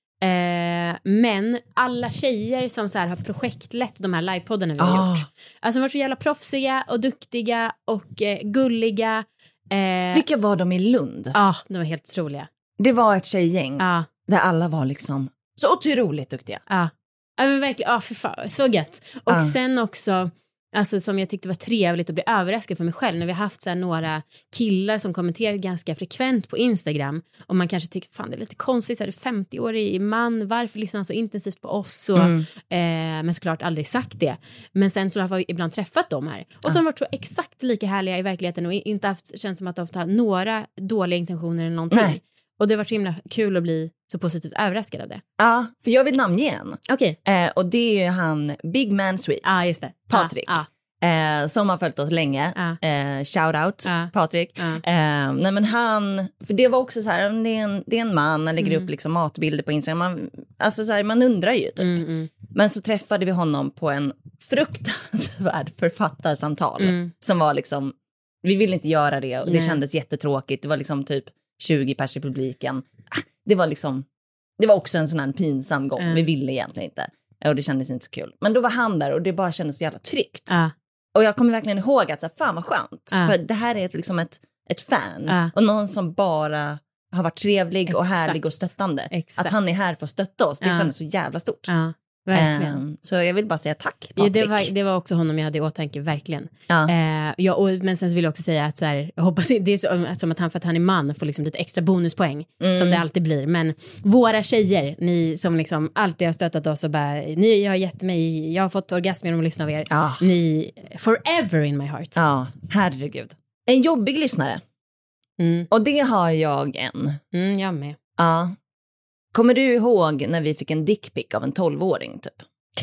Eh, men alla tjejer som så här har projektlett de här livepoddarna vi har Oh. gjort. Alltså de var så jävla proffsiga och duktiga och eh, gulliga. Eh, Vilka var de i Lund? Ja, ah, de var helt otroliga. Det var ett tjejgäng Ah. där alla var liksom så otroligt duktiga. Ja, ah. ah, men verkligen, ja ah, för fan, så gött. Och Ah. sen också, alltså som jag tyckte var trevligt att bli överraskad för mig själv när vi har haft så här några killar som kommenterar ganska frekvent på Instagram och man kanske tycker fan det är lite konstigt så här, femtio-årig man, varför lyssnar han så intensivt på oss och, Mm. eh, men såklart aldrig sagt det, men sen så har vi ibland träffat dem här och som varit så exakt lika härliga i verkligheten och inte haft, känns som att de har haft några dåliga intentioner eller någonting. Nej. Och det var så himla kul att bli så positivt överraskad av det. Ja, för jag vill namnge en. Okej. Eh, och det är han Big Man Sweet. Ja, ah, just det. Patrik. Ah, ah. Eh, som har följt oss länge. Ah. Eh, shout out Ah. Patrik. Ah. Eh, nej men han, för det var också så här, det är en, det är en man, han lägger Mm. upp liksom matbilder på Instagram. Man, alltså så här, man undrar ju typ. Mm, mm. Men så träffade vi honom på en fruktansvärd författarsamtal. Mm. Som var liksom, vi ville inte göra det och det Nej. kändes jättetråkigt. Det var liksom typ tjugo pers i publiken. Ah, det var liksom, det var också en sån här pinsam gång. Mm. Vi ville egentligen inte. Och det kändes inte så kul. Men då var han där och det bara kändes så jävla tryggt. Ah. Och jag kommer verkligen ihåg att så här, fan vad skönt. Ah. För det här är ett, liksom ett, ett fan. Ah. Och någon som bara har varit trevlig och Exakt. härlig och stöttande. Exakt. Att han är här för att stötta oss. Det Ah. kändes så jävla stort. Ja, verkligen. Um, så jag vill bara säga tack, Ja, Patrik. det, var, det var också honom jag hade i åtanke, verkligen. Ja. Eh, ja, och, men sen så vill jag också säga att så här, jag hoppas det är så, som att han, för att han är man, får liksom lite extra bonuspoäng Mm. som det alltid blir. Men våra tjejer, ni som liksom alltid har stöttat oss och bara, ni har gett mig, jag har fått orgasm genom att lyssna av er. Ja. Ni, forever in my heart. Ja, herregud. En jobbig lyssnare. Mm. Och det har jag en. Mm, jag med. Ja. Kommer du ihåg när vi fick en dickpic av en tolvåring typ?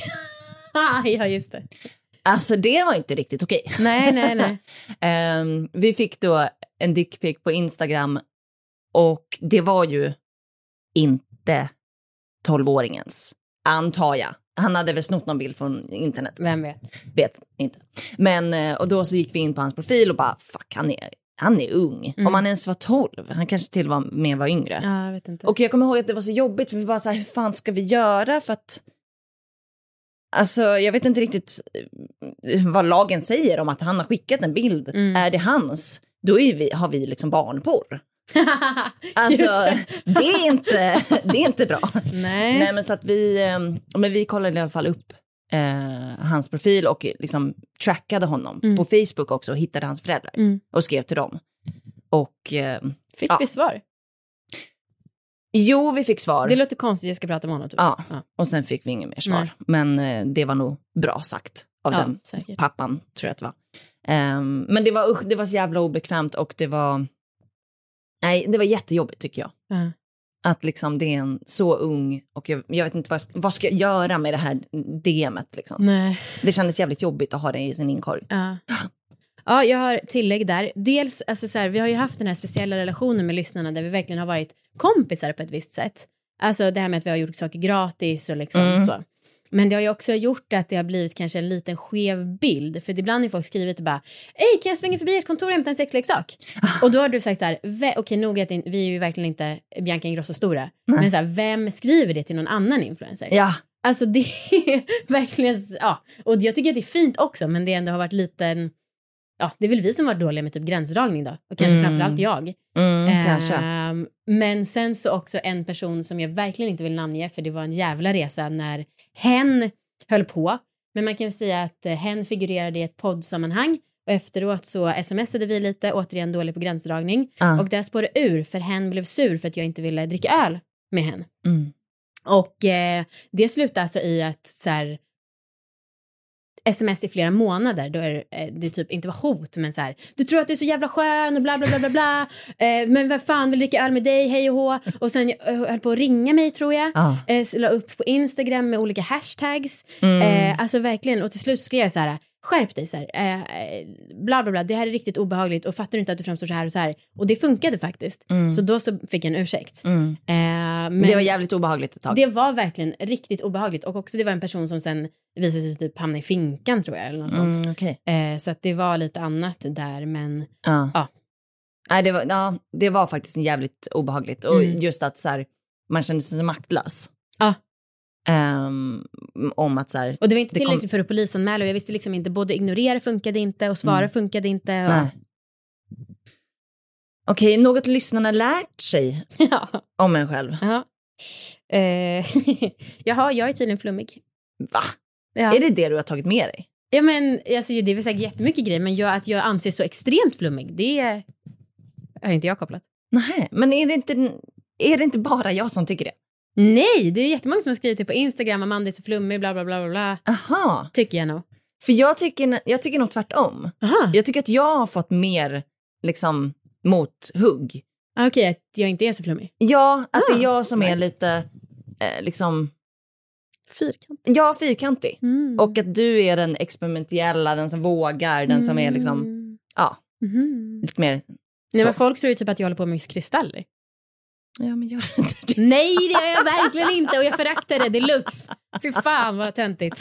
Ja, just det. Alltså det var inte riktigt okej. Nej, nej, nej. um, vi fick då en dickpic på Instagram och det var ju inte tolvåringens, antar jag. Han hade väl snott någon bild från internet. Vem vet? Vet inte. Men, och då så gick vi in på hans profil och bara, fuck, han är, han är ung. Mm. Om han ens var tolv, han kanske till och med var yngre. Ja, jag vet inte. Och jag kommer ihåg att det var så jobbigt, för vi bara så här, hur fan ska vi göra för att... Alltså, jag vet inte riktigt vad lagen säger om att han har skickat en bild. Mm. Är det hans, då är vi, har vi liksom barnporr. Alltså, det. det är inte, det är inte bra. Nej. Nej, men så att vi, men vi kollade i alla fall upp eh, hans profil och liksom trackade honom Mm. på Facebook också och hittade hans föräldrar Mm. och skrev till dem. Och eh, Fick ja. vi svar? Jo, vi fick svar. Det låter konstigt, jag ska prata med honom. Typ. Ja. Ja. Och sen fick vi ingen mer svar. Nej. Men eh, det var nog bra sagt av Ja, den säkert. pappan, tror jag att det var. Um, men det var, usch, det var så jävla obekvämt och det var... Nej, det var jättejobbigt tycker jag. Ja. Att liksom det är en så ung och jag, jag vet inte vad, vad ska jag göra med det här D M:et liksom. Nej. Det kändes jävligt jobbigt att ha det i sin inkorg. Ja. Ja, jag har tillägg där. Dels, alltså så här, vi har ju haft den här speciella relationen med lyssnarna där vi verkligen har varit kompisar på ett visst sätt. Alltså det här med att vi har gjort saker gratis och liksom Mm. så. Men det har ju också gjort att det har blivit kanske en liten skev bild. För ibland har folk skrivit och bara, ej, kan jag svänga förbi ett kontor och hämta en sexleksak? Och då har du sagt så här, okej, okay, nog att vi är ju verkligen inte Bianca Ingrosso stora. Nej. Men så här, vem skriver det till någon annan influencer? Ja. Alltså det är verkligen, ja. Och jag tycker att det är fint också, men det ändå har varit lite, ja, det är väl vi som var dåliga med typ gränsdragning då. Och kanske mm. framförallt jag. Mm, eh, kanske. Men sen så också en person som jag verkligen inte vill namnge, för det var en jävla resa när hen höll på. Men man kan säga att hen figurerade i ett poddsammanhang. Och efteråt så smsade vi lite, återigen dålig på gränsdragning. Uh. Och där spårade ur, för hen blev sur för att jag inte ville dricka öl med hen. Mm. Och eh, det slutade alltså i att så här, sms i flera månader, då är eh, det typ inte var hot, men så här, du tror att du är så jävla skön och bla bla bla bla bla, eh, men vad fan vill dricka öl med dig, hej och hå. Och sen eh, höll på att ringa mig, tror jag. Ah. Eh, la upp på Instagram med olika hashtags. Mm. Eh, alltså verkligen, och till slut skrev jag så här, skärp dig så här, eh, bla bla bla, det här är riktigt obehagligt och fattar du inte att du framstår så här och så här. Och det funkade faktiskt. Mm. Så då så fick jag en ursäkt. Mm. Eh, men det var jävligt obehagligt ett tag. Det var verkligen riktigt obehagligt. Och också det var en person som sen visade sig typ hamna i finkan, tror jag, eller något mm, sånt. Okay. Eh, så att det var lite annat där, men ja. ja. Nej, det var, ja, det var faktiskt jävligt obehagligt. Och mm. just att så här, man kände sig så maktlös. Ja. Um, om att så här, och det var inte tillräckligt kom... för att polisanmäla, och jag visste liksom inte, både ignorera funkade inte och svara mm. funkade inte. Och... Nej. Okej, okay, något lyssnarna lärt sig ja. om en själv. Ja. Eh, Jaha, jag är tydligen flummig. Va? Ja. Är det det du har tagit med dig? Ja, men alltså, det är väl säkert jättemycket grejer, men jag, att jag anses så extremt flummig, det är, är inte jag kopplat. Nej, men är det inte, är det inte bara jag som tycker det? Nej, det är jättemånga som har skrivit det på Instagram, Amanda är så flummig, bla bla bla bla. Aha. Tycker jag nog. För jag tycker, jag tycker nog tvärtom. Aha. Jag tycker att jag har fått mer liksom mot hugg. Ah, okej, okay, att jag inte är så flummig. Ja, att ah, det är jag som nice. är lite eh, liksom fyrkantig. Ja, fyrkantig. Mm. Och att du är den experimentella, den som vågar, den mm. som är liksom ja, mm. lite mer. Nej, men folk tror ju typ att jag håller på med kristaller. Ja, men gör inte det. Nej, det gör jag verkligen inte. Och jag föraktar det deluxe. Fy fan vad töntigt.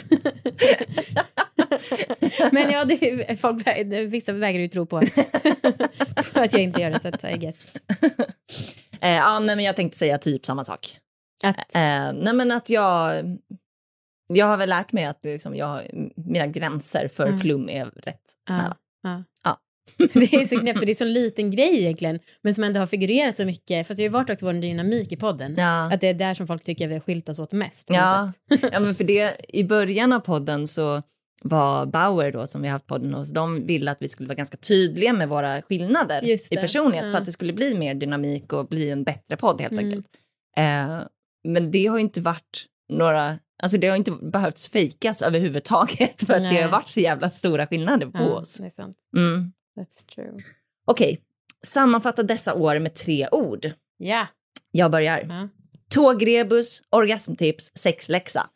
Men ja, det, folk, vissa vägrar ju tro på för att jag inte gör det, så att I guess. Eh, ja, nej, men jag tänkte säga typ samma sak. Att? Eh, nej, men att jag jag har väl lärt mig att liksom, jag, mina gränser för mm. flum är rätt snälla. Ja, ja. Ja. Det är så knäppt, för det är så liten grej egentligen, men som ändå har figurerat så mycket. Fast jag har ju varit också vår dynamik i podden, ja. Att det är där som folk tycker vi har skilt oss åt mest. Ja. Ja, men för det i början av podden så var Bauer då, som vi har haft podden hos, de ville att vi skulle vara ganska tydliga med våra skillnader i personlighet, ja. För att det skulle bli mer dynamik och bli en bättre podd helt mm. enkelt. Eh, men det har ju inte varit några, alltså det har inte behövts fejkas överhuvudtaget, för att Nej. Det har varit så jävla stora skillnader på ja, oss. Det är sant. Mm. That's true. Okej, okay. Sammanfatta dessa år med tre ord. Ja. Yeah. Jag börjar. Mm. Tågrebus, orgasmtips, sexläxa.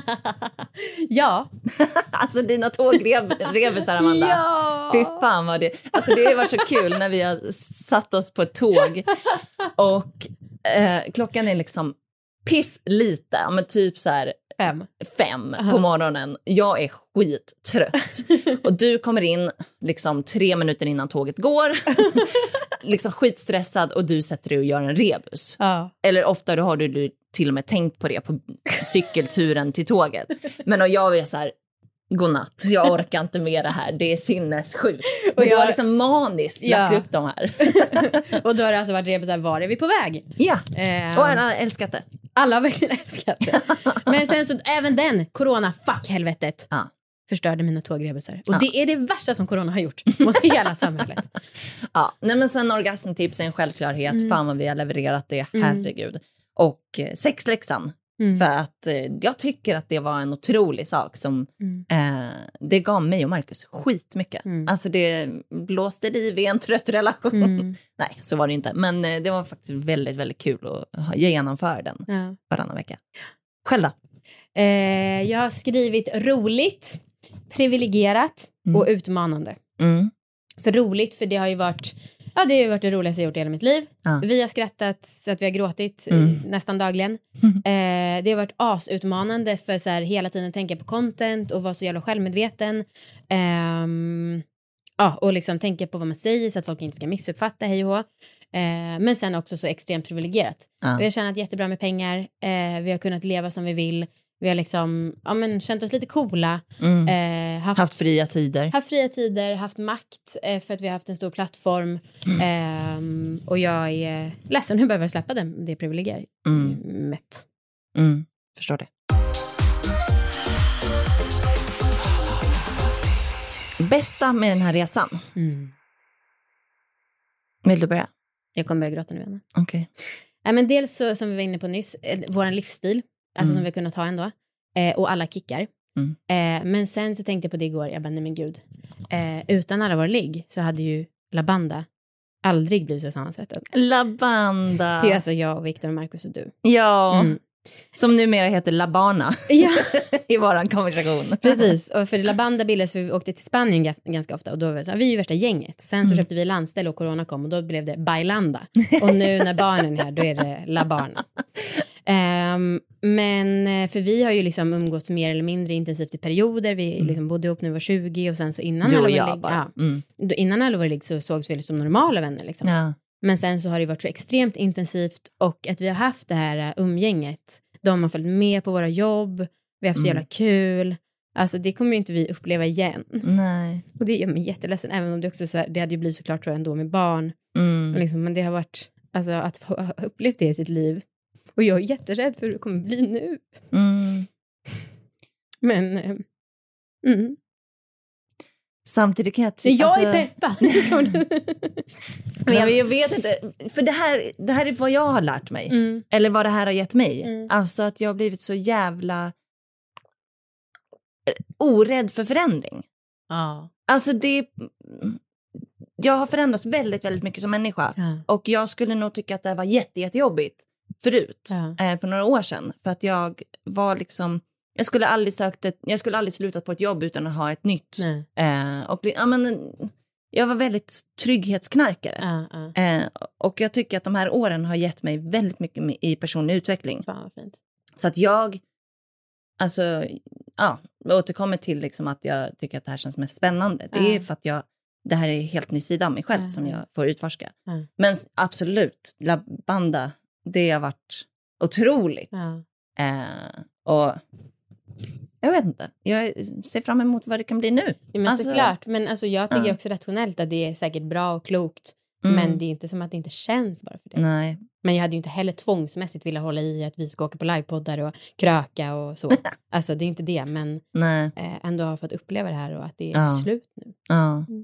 Ja. Alltså dina tågrebusar, Amanda. Ja. Fy fan vad det... Alltså det var så kul när vi har satt oss på ett tåg. Och eh, klockan är liksom piss lite. Men typ så här... Fem. Fem uh-huh. på morgonen. Jag är skittrött. Och du kommer in liksom tre minuter innan tåget går. Liksom skitstressad, och du sätter dig och gör en rebus. Uh. Eller ofta då har du, du till och med tänkt på det på cykelturen till tåget. Men och jag är så här, godnatt, jag orkar inte med det här. Det är sinnessjukt. Och jag har liksom maniskt ja. lagt upp de här. Och då har det alltså varit rebusar, var är vi på väg? Ja, um, och alla har älskat det. Alla har verkligen älskat det. Men sen så, även den, corona, fuck helvetet. Ja. Förstörde mina tågrebusar. Och ja. det är det värsta som corona har gjort mot hela samhället. Ja, nej, men sen orgasmtips är en självklarhet. Mm. Fan vad vi har levererat det, herregud. Mm. Och eh, sexläxan. Mm. För att eh, jag tycker att det var en otrolig sak som mm. eh, det gav mig och Marcus skitmycket. Mm. Alltså det blåste liv i en trött relation. Mm. Nej, så var det inte. Men eh, det var faktiskt väldigt, väldigt kul att genomföra den ja. varannan vecka. Själv då? Eh, jag har skrivit roligt, privilegierat mm. och utmanande. Mm. För roligt, för det har ju varit Ja, det har varit det roligaste jag gjort i hela mitt liv. Ja. Vi har skrattat så att vi har gråtit mm. nästan dagligen. Mm. Eh, det har varit asutmanande för så här, hela tiden tänka på content och vara så jävla självmedveten. Eh, ja, och liksom tänka på vad man säger så att folk inte ska missuppfatta, hej och hå. Eh, men sen också så extremt privilegierat. Ja. Vi har tjänat jättebra med pengar. Eh, vi har kunnat leva som vi vill. Vi har liksom, ja, men, känt oss lite coola. Mm. Eh, haft, haft fria tider. Haft fria tider, haft makt eh, för att vi har haft en stor plattform. Mm. Eh, och jag är ledsen hur behöver jag släppa det, det privilegiet. Mm. Mätt. Mm. Förstår det. Bästa med den här resan? Mm. Vill du börja? Jag kommer börja gråta nu, Anna. Okej. Okay. Ja, men dels så, som vi var inne på nyss, eh, våran livsstil. Alltså mm. som vi har kunnat ha ändå. Eh, och alla kickar. Mm. Eh, men sen så tänkte jag på det igår. Jag bara, nej men gud. Eh, utan alla våra ligg så hade ju La Banda aldrig blivit så sammansättad. La Banda. Till alltså jag och Victor och Marcus och du. Ja. Mm. Som numera heter La Barna. Ja. I våran konversation. Precis. Och för La Banda bildades för vi åkte till Spanien g- ganska ofta. Och då var det så här, vi är ju värsta gänget. Sen så mm. köpte vi landställe och corona kom. Och då blev det Bailanda. Och nu när barnen är här, då är det La Barna. Um, men för vi har ju liksom umgåtts mer eller mindre intensivt i perioder. Vi mm. liksom bodde ihop när vi var tjugo och sen så innan du och alla jag var bara. Ja, mm. då, innan alla var ligg så sågs vi som normala vänner liksom. Ja. Men sen så har det varit så extremt intensivt och att vi har haft det här umgänget. De har följt med på våra jobb. Vi har haft så jävla mm. kul. Alltså det kommer ju inte vi uppleva igen. Nej. Och det gör mig jätteledsen. Även om det också så här, det hade ju blivit såklart tror jag ändå med barn. Mm. Och liksom, men det har varit alltså att ha upplevt det i sitt liv. Och jag är jätterädd för hur det kommer bli nu. Mm. Men eh, mm. samtidigt kan jag tycka... Jag alltså... är peppad. Men jag, jag vet inte. För det här, det här är vad jag har lärt mig. Mm. Eller vad det här har gett mig. Mm. Alltså att jag har blivit så jävla orädd för förändring. Ja. Alltså det... Jag har förändrats väldigt, väldigt mycket som människa. Ja. Och jag skulle nog tycka att det var jätte, jättejobbigt förut. Ja. Eh, för några år sedan. För att jag var liksom... Jag skulle aldrig sökt ett, jag skulle aldrig slutat på ett jobb utan att ha ett nytt. Eh, och ja, men, jag var väldigt trygghetsknarkare. Ja, ja. Eh, och jag tycker att de här åren har gett mig väldigt mycket i personlig utveckling. Fan, vad fint. Så att jag, alltså, ja, återkommer till liksom att jag tycker att det här känns mest spännande. Det är ja. för att jag, det här är helt ny sida av mig själv ja. som jag får utforska. Ja. Men absolut, La Banda, det har varit otroligt. Ja. Eh, och jag vet inte. Jag ser fram emot vad det kan bli nu. Ja, men alltså, såklart. Men alltså, jag tycker ja. också rationellt att det är säkert bra och klokt. Mm. Men det är inte som att det inte känns bara för det. Nej. Men jag hade ju inte heller tvångsmässigt vilja hålla i att vi ska åka på livepoddar och kröka och så. Alltså det är inte det. Men Nej. Eh, ändå har fått uppleva det här och att det är ja. slut nu. Ja. Mm.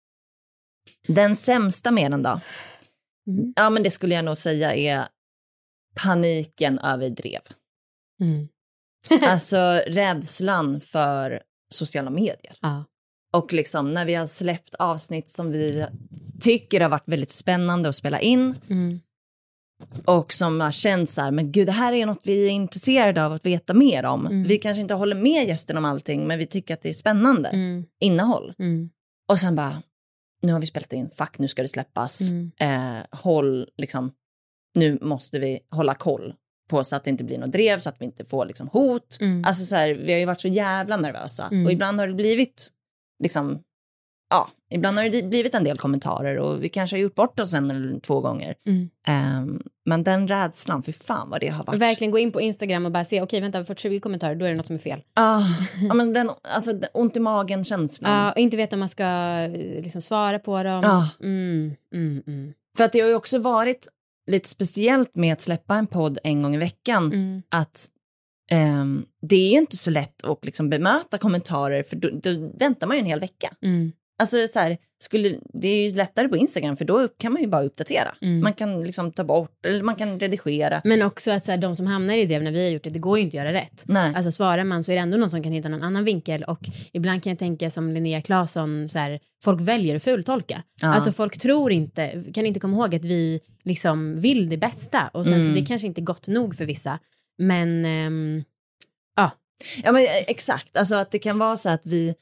Den sämsta med den då? Mm. Ja, men det skulle jag nog säga är paniken över drev. Mm. Alltså rädslan för sociala medier. Ja. Och liksom när vi har släppt avsnitt som vi tycker har varit väldigt spännande att spela in. Mm. Och som har känt så här, men gud, det här är något vi är intresserade av att veta mer om. Mm. Vi kanske inte håller med gästen om allting, men vi tycker att det är spännande. Mm. Innehåll. Mm. Och sen bara, nu har vi spelat in, fuck, nu ska det släppas. Mm. Eh, håll, liksom, nu måste vi hålla koll på så att det inte blir något drev, så att vi inte får liksom hot. Mm. Alltså så här, vi har ju varit så jävla nervösa. Mm. Och ibland har det blivit liksom, ja, ibland har det blivit en del kommentarer och vi kanske har gjort bort oss en eller två gånger. Mm. Um, men den rädslan, för fan vad det har varit. Verkligen gå in på Instagram och bara se, okej okay, vänta, vi har fått tjugo kommentarer, då är det något som är fel. Ah, ja, men den, alltså den, ont i magen känslan. Ja, och inte veta om man ska liksom svara på dem. Ah. Mm, mm, mm. För att det har ju också varit lite speciellt med att släppa en podd en gång i veckan. Mm. Att um, det är ju inte så lätt att liksom bemöta kommentarer, för då, då väntar man ju en hel vecka. Mm. Alltså så här, skulle, det är ju lättare på Instagram, för då kan man ju bara uppdatera. Mm. Man kan liksom ta bort, eller man kan redigera. Men också att så här, de som hamnar i det när vi har gjort det, det går ju inte att göra rätt. Nej. Alltså svarar man så är det ändå någon som kan hitta någon annan vinkel. Och ibland kan jag tänka som Linnea Claesson, så här, folk väljer att fultolka. Ja. Alltså folk tror inte, kan inte komma ihåg att vi liksom vill det bästa. Och sen Mm. så det kanske inte är gott nog för vissa. Men ehm, ja. Ja, men exakt. Alltså att det kan vara så att vi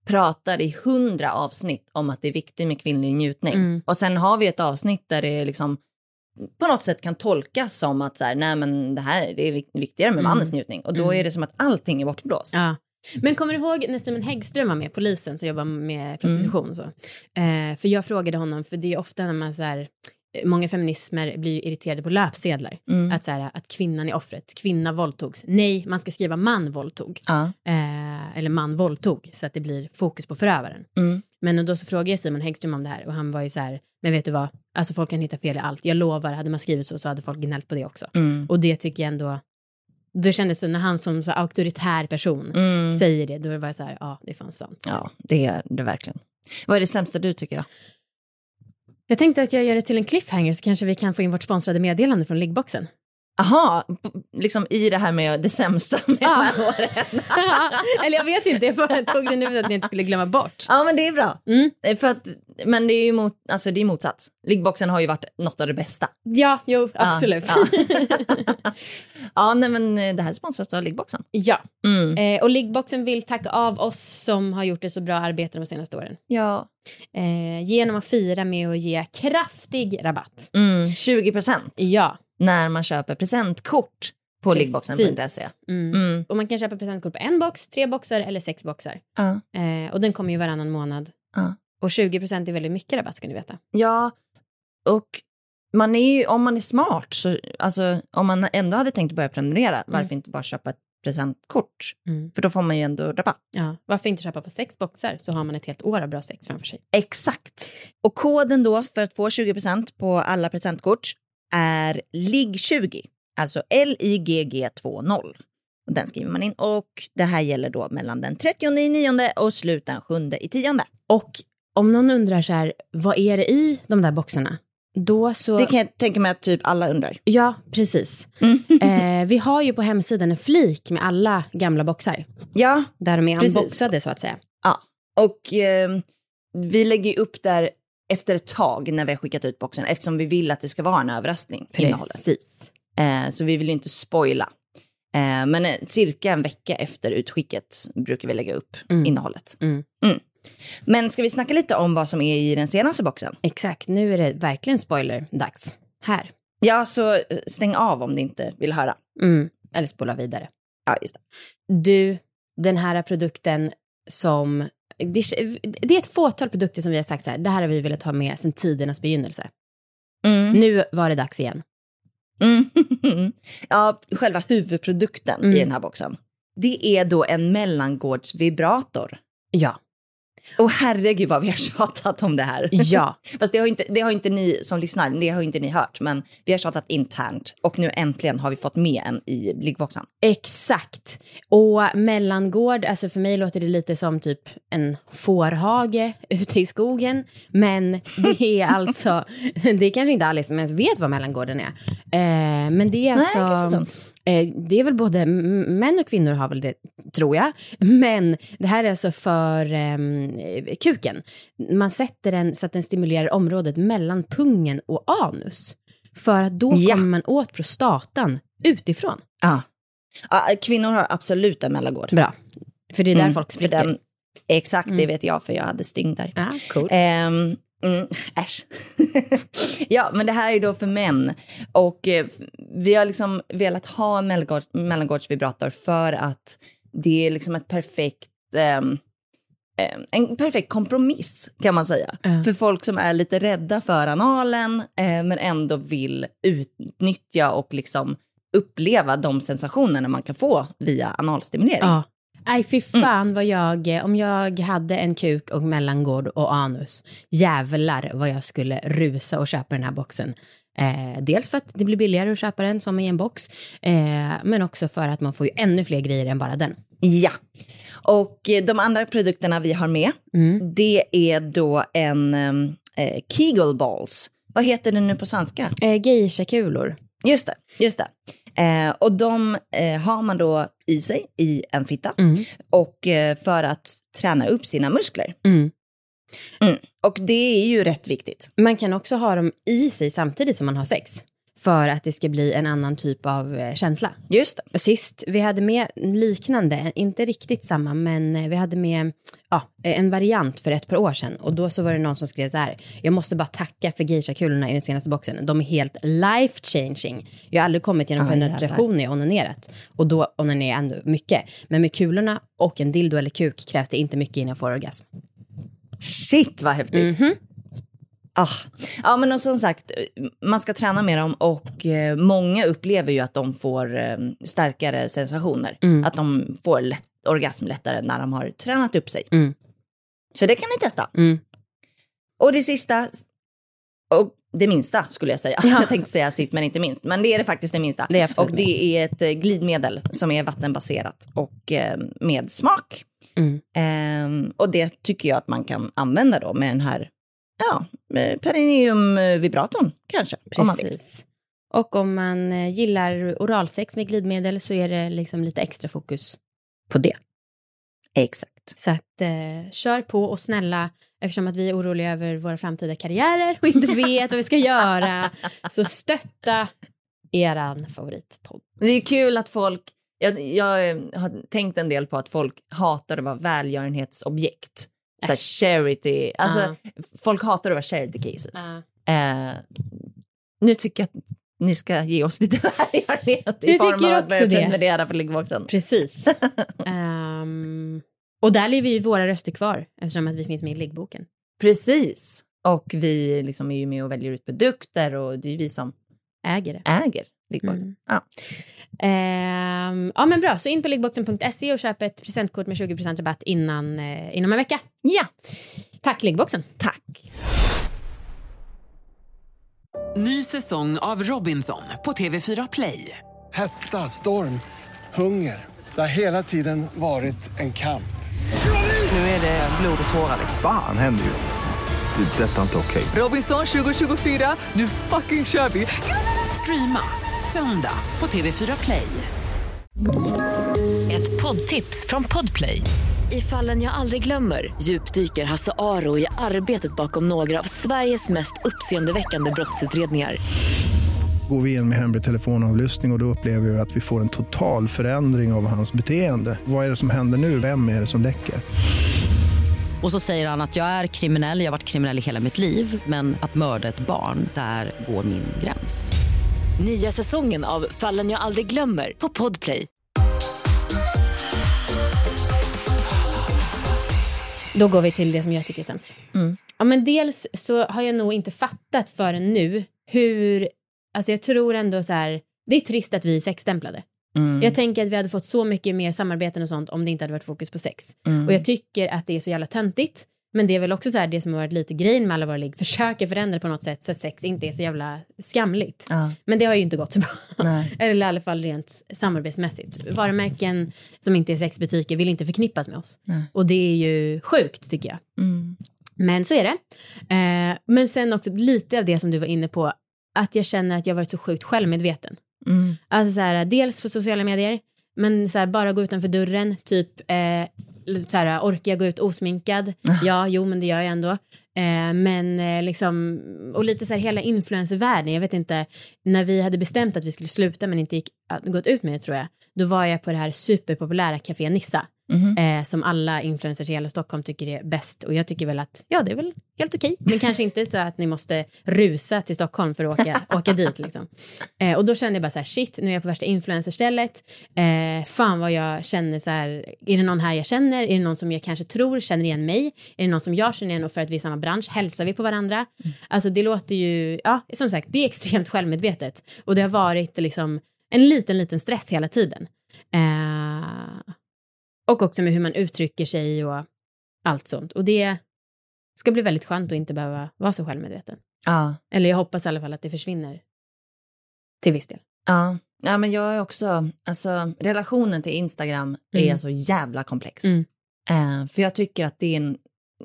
pratar i hundra avsnitt om att det är viktigt med kvinnlig njutning. Mm. Och sen har vi ett avsnitt där det liksom på något sätt kan tolkas som att så här, nej men det här det är viktigare med mannens mm. njutning. Och då mm. är det som att allting är bortblåst. Ja. Men kommer du ihåg när Simon Häggström var med, polisen som jobbar med prostitution mm. och så? Eh, för jag frågade honom, för det är ofta när man så här, många feminismer blir ju irriterade på löpsedlar. Mm. Att, så här, att kvinnan är offret, kvinna våldtogs. Nej, man ska skriva man våldtog. Ja. Eh, eller man våldtog, så att det blir fokus på förövaren. Mm. Men och då så frågade jag Simon Häggström om det här. Och han var ju så här, men vet du vad? Alltså folk kan hitta fel i allt. Jag lovar, hade man skrivit så så hade folk gnällt på det också. Mm. Och det tycker jag ändå... Då kändes det när han som så auktoritär person mm. säger det. Då var det så här, ja, det fanns sant. Ja, det är det verkligen. Vad är det sämsta du tycker då? Jag tänkte att jag gör det till en cliffhanger så kanske vi kan få in vårt sponsrade meddelande från liggboxen. Aha, liksom i det här med det sämsta med ja. åren. Ja, eller jag vet inte, jag tog det nu för att ni inte skulle glömma bort. Ja, men det är bra. Mm. För att, men det är ju mot, alltså det är motsats. Liggboxen har ju varit något av det bästa. Ja, jo, absolut. Ja, ja. Ja, nej, men det här sponsras av Liggboxen. Ja, mm. eh, och Liggboxen vill tacka av oss som har gjort det så bra arbete de senaste åren. Ja. Eh, genom att fira med att ge kraftig rabatt. Mm, tjugo procent. Ja. När man köper presentkort på liggboxen punkt se. Mm. Mm. Och man kan köpa presentkort på en box, tre boxar eller sex boxar. Uh. Eh, och den kommer ju varannan månad. Uh. Och tjugo procent är väldigt mycket rabatt, ska ni veta. Ja, och man är ju, om man är smart, så, alltså, om man ändå hade tänkt börja prenumerera, mm. varför inte bara köpa ett presentkort? Mm. För då får man ju ändå rabatt. Ja, varför inte köpa på sex boxar så har man ett helt år av bra sex framför sig. Exakt. Och koden då för att få tjugo procent på alla presentkort är L I G tjugo, alltså L I G G tjugo. Och den skriver man in och det här gäller då mellan den trettionde i nionde och slut den sjunde i tionde. Och om någon undrar så här, vad är det i de där boxarna? Då så... Det kan jag tänka mig att typ alla undrar. Ja, precis. Mm. eh, vi har ju på hemsidan en flik med alla gamla boxar. Ja, där de är precis. Unboxade så att säga. Ja, och eh, vi lägger ju upp där efter ett tag när vi har skickat ut boxen, eftersom vi vill att det ska vara en överraskning. Precis. Eh, så vi vill ju inte spoila. Eh, men eh, cirka en vecka efter utskicket brukar vi lägga upp mm. innehållet. Mm. Mm. Men ska vi snacka lite om vad som är i den senaste boxen? Exakt, nu är det verkligen spoiler-dags. Här. Ja, så stäng av om ni inte vill höra. Mm. Eller spola vidare. Ja, just det. Du, den här produkten som... Det är ett fåtal produkter som vi har sagt så här, det här har vi velat ha med sedan tidernas begynnelse. Mm. Nu var det dags igen. Mm. Ja, själva huvudprodukten mm. i den här boxen. Det är då en mellangårdsvibrator. Ja. Och herregud vad vi har tjatat om det här. Ja. Fast det har inte, det har inte ni som lyssnar, det har inte ni hört. Men vi har tjatat internt. Och nu äntligen har vi fått med en i liggboxen. Exakt. Och mellangård, alltså för mig låter det lite som typ en fårhage ute i skogen. Men det är alltså, det är kanske inte alla som ens vet vad mellangården är. Eh, men det är alltså... Nej, det är väl både män och kvinnor har väl det, tror jag. Men det här är alltså för eh, kuken. Man sätter den så att den stimulerar området mellan pungen och anus. För att då ja. kommer man åt prostatan utifrån. Ja. ja kvinnor har absolut en mellangård. Bra. För det är där mm, folk spricker. Den, exakt, mm. det vet jag för jag hade stygn där. Ja, coolt. Um, Mm, äsch. Ja, men det här är då för män. Och eh, vi har liksom velat ha en mellangårds, mellangårdsvibrator för att det är liksom ett perfekt eh, en perfekt kompromiss kan man säga. Mm. För folk som är lite rädda för analen eh, men ändå vill utnyttja och liksom uppleva de sensationerna man kan få via analstimulering. Ja. Nej, fy fan mm. vad jag, om jag hade en kuk och mellangård och anus, jävlar vad jag skulle rusa och köpa den här boxen. Eh, dels för att det blir billigare att köpa den som i en box, eh, men också för att man får ju ännu fler grejer än bara den. Ja, och de andra produkterna vi har med, mm. det är då en eh, Kegel balls. Vad heter det nu på svenska? Eh, geisha-kulor. Just det, just det. Eh, och de eh, har man då i sig i en fitta mm. och eh, för att träna upp sina muskler. Mm. Mm. Och det är ju rätt viktigt. Man kan också ha dem i sig samtidigt som man har sex. För att det ska bli en annan typ av eh, känsla. Just det. Och sist, vi hade med liknande, inte riktigt samma, men vi hade med ja, en variant för ett par år sedan. Och då så var det någon som skrev så här: jag måste bara tacka för geisha-kulorna i den senaste boxen. De är helt life-changing. Jag har aldrig kommit genom ah, penetration när jag onanerat. Och då onanerar jag ändå mycket. Men med kulorna och en dildo eller kuk krävs det inte mycket innan jag får orgasm. Shit, vad häftigt. Mm-hmm. Ah. Ja, men som sagt, man ska träna med dem och eh, många upplever ju att de får eh, starkare sensationer. Mm. Att de får lätt, orgasm lättare när de har tränat upp sig. Mm. Så det kan ni testa. Mm. Och det sista, och det minsta skulle jag säga. Ja. Jag tänkte säga sist men inte minst. Men det är det faktiskt det minsta. Det är och det minst. är ett eh, glidmedel som är vattenbaserat och eh, med smak. Mm. Eh, och det tycker jag att man kan använda då med den här ja, perineum vibratorn kanske. Precis. Om man vill. Och om man gillar oralsex med glidmedel så är det liksom lite extra fokus på det. Exakt. Så att eh, kör på och snälla, eftersom att vi är oroliga över våra framtida karriärer och inte vet vad vi ska göra, så stötta eran favoritpodd. Det är kul att folk, jag, jag har tänkt en del på att folk hatar att vara välgörenhetsobjekt. Så här charity, alltså uh. folk hatar att vara charity cases. Uh. Uh, nu tycker jag att ni ska ge oss lite välgörenhet i form av att börja prenumerera på liggboxen. Precis. um, och där lever ju våra röster kvar eftersom att vi finns med i liggboken. Precis. Och vi liksom är ju med och väljer ut produkter och det är vi som äger det. Äger liggboxen. Mm. Ja. Um, ja men bra, så in på liggboxen punkt se och köp ett presentkort med tjugo procent rabatt innan, eh, inom en vecka. Ja. Tack liggboxen. Tack. Ny säsong av Robinson på T V fyra Play. Hetta, storm, hunger. Det har hela tiden varit en kamp. Nu är det blod och tårar. Fan händer just det. Det är detta inte okej. Robinson tjugo tjugofyra, nu fucking kör vi. Streama söndag på T V fyra Play. Ett poddtips från Podplay. I Fallen jag aldrig glömmer djupdyker Hasse Aro i arbetet bakom några av Sveriges mest uppseendeväckande brottsutredningar. Går vi in med hemlig telefonavlyssning och, och då upplever vi att vi får en total förändring av hans beteende. Vad är det som händer nu? Vem är det som läcker? Och så säger han att jag är kriminell, jag har varit kriminell i hela mitt liv. Men att mörda ett barn, där går min gräns. Nya säsongen av Fallen jag aldrig glömmer på Podplay. Då går vi till det som jag tycker är sämst. Mm. Ja, men dels så har jag nog inte fattat förrän nu hur, alltså jag tror ändå så här, det är trist att vi är sexstämplade. Mm. Jag tänker att vi hade fått så mycket mer samarbeten och sånt om det inte hade varit fokus på sex. Mm. Och jag tycker att det är så jävla töntigt. Men det är väl också så här det som har varit lite grejen med alla våra ligg. Försöker förändra på något sätt så att sex inte är så jävla skamligt. Ja. Men det har ju inte gått så bra. Nej. Eller i alla fall rent samarbetsmässigt. Varumärken som inte är sexbutiker vill inte förknippas med oss. Nej. Och det är ju sjukt tycker jag. Mm. Men så är det. Eh, men sen också lite av det som du var inne på. Att jag känner att jag har varit så sjukt självmedveten. Mm. Alltså så här, dels på sociala medier. Men så här, bara gå utanför dörren. Typ... Eh, så här, orkar jag gå ut osminkad? Ja, jo, men det gör jag ändå. Eh, men eh, liksom, och lite så här hela influencervärlden, jag vet inte, när vi hade bestämt att vi skulle sluta men inte gick, gått ut med det tror jag, då var jag på det här superpopulära Café Nissa. Mm-hmm. eh, som alla influencers i hela Stockholm tycker är bäst, och jag tycker väl att ja, det är väl helt okej, men kanske inte så att ni måste rusa till Stockholm för att åka, åka dit liksom. eh, och då kände jag bara så här, shit, nu är jag på värsta influencerstället, eh, fan vad jag känner så här, är det någon här jag känner, är det någon som jag kanske tror känner igen mig, är det någon som jag känner igen, och för att vi är i samma bransch hälsar vi på varandra. Mm. Alltså det låter ju, ja som sagt, det är extremt självmedvetet, och det har varit liksom en liten liten stress hela tiden. eh Och också med hur man uttrycker sig och allt sånt. Och det ska bli väldigt skönt att inte behöva vara så självmedveten. Ja. Eller jag hoppas i alla fall att det försvinner till viss del. Ja, ja men jag är också, alltså relationen till Instagram mm. är så jävla komplex. Mm. Uh, för jag tycker att det är en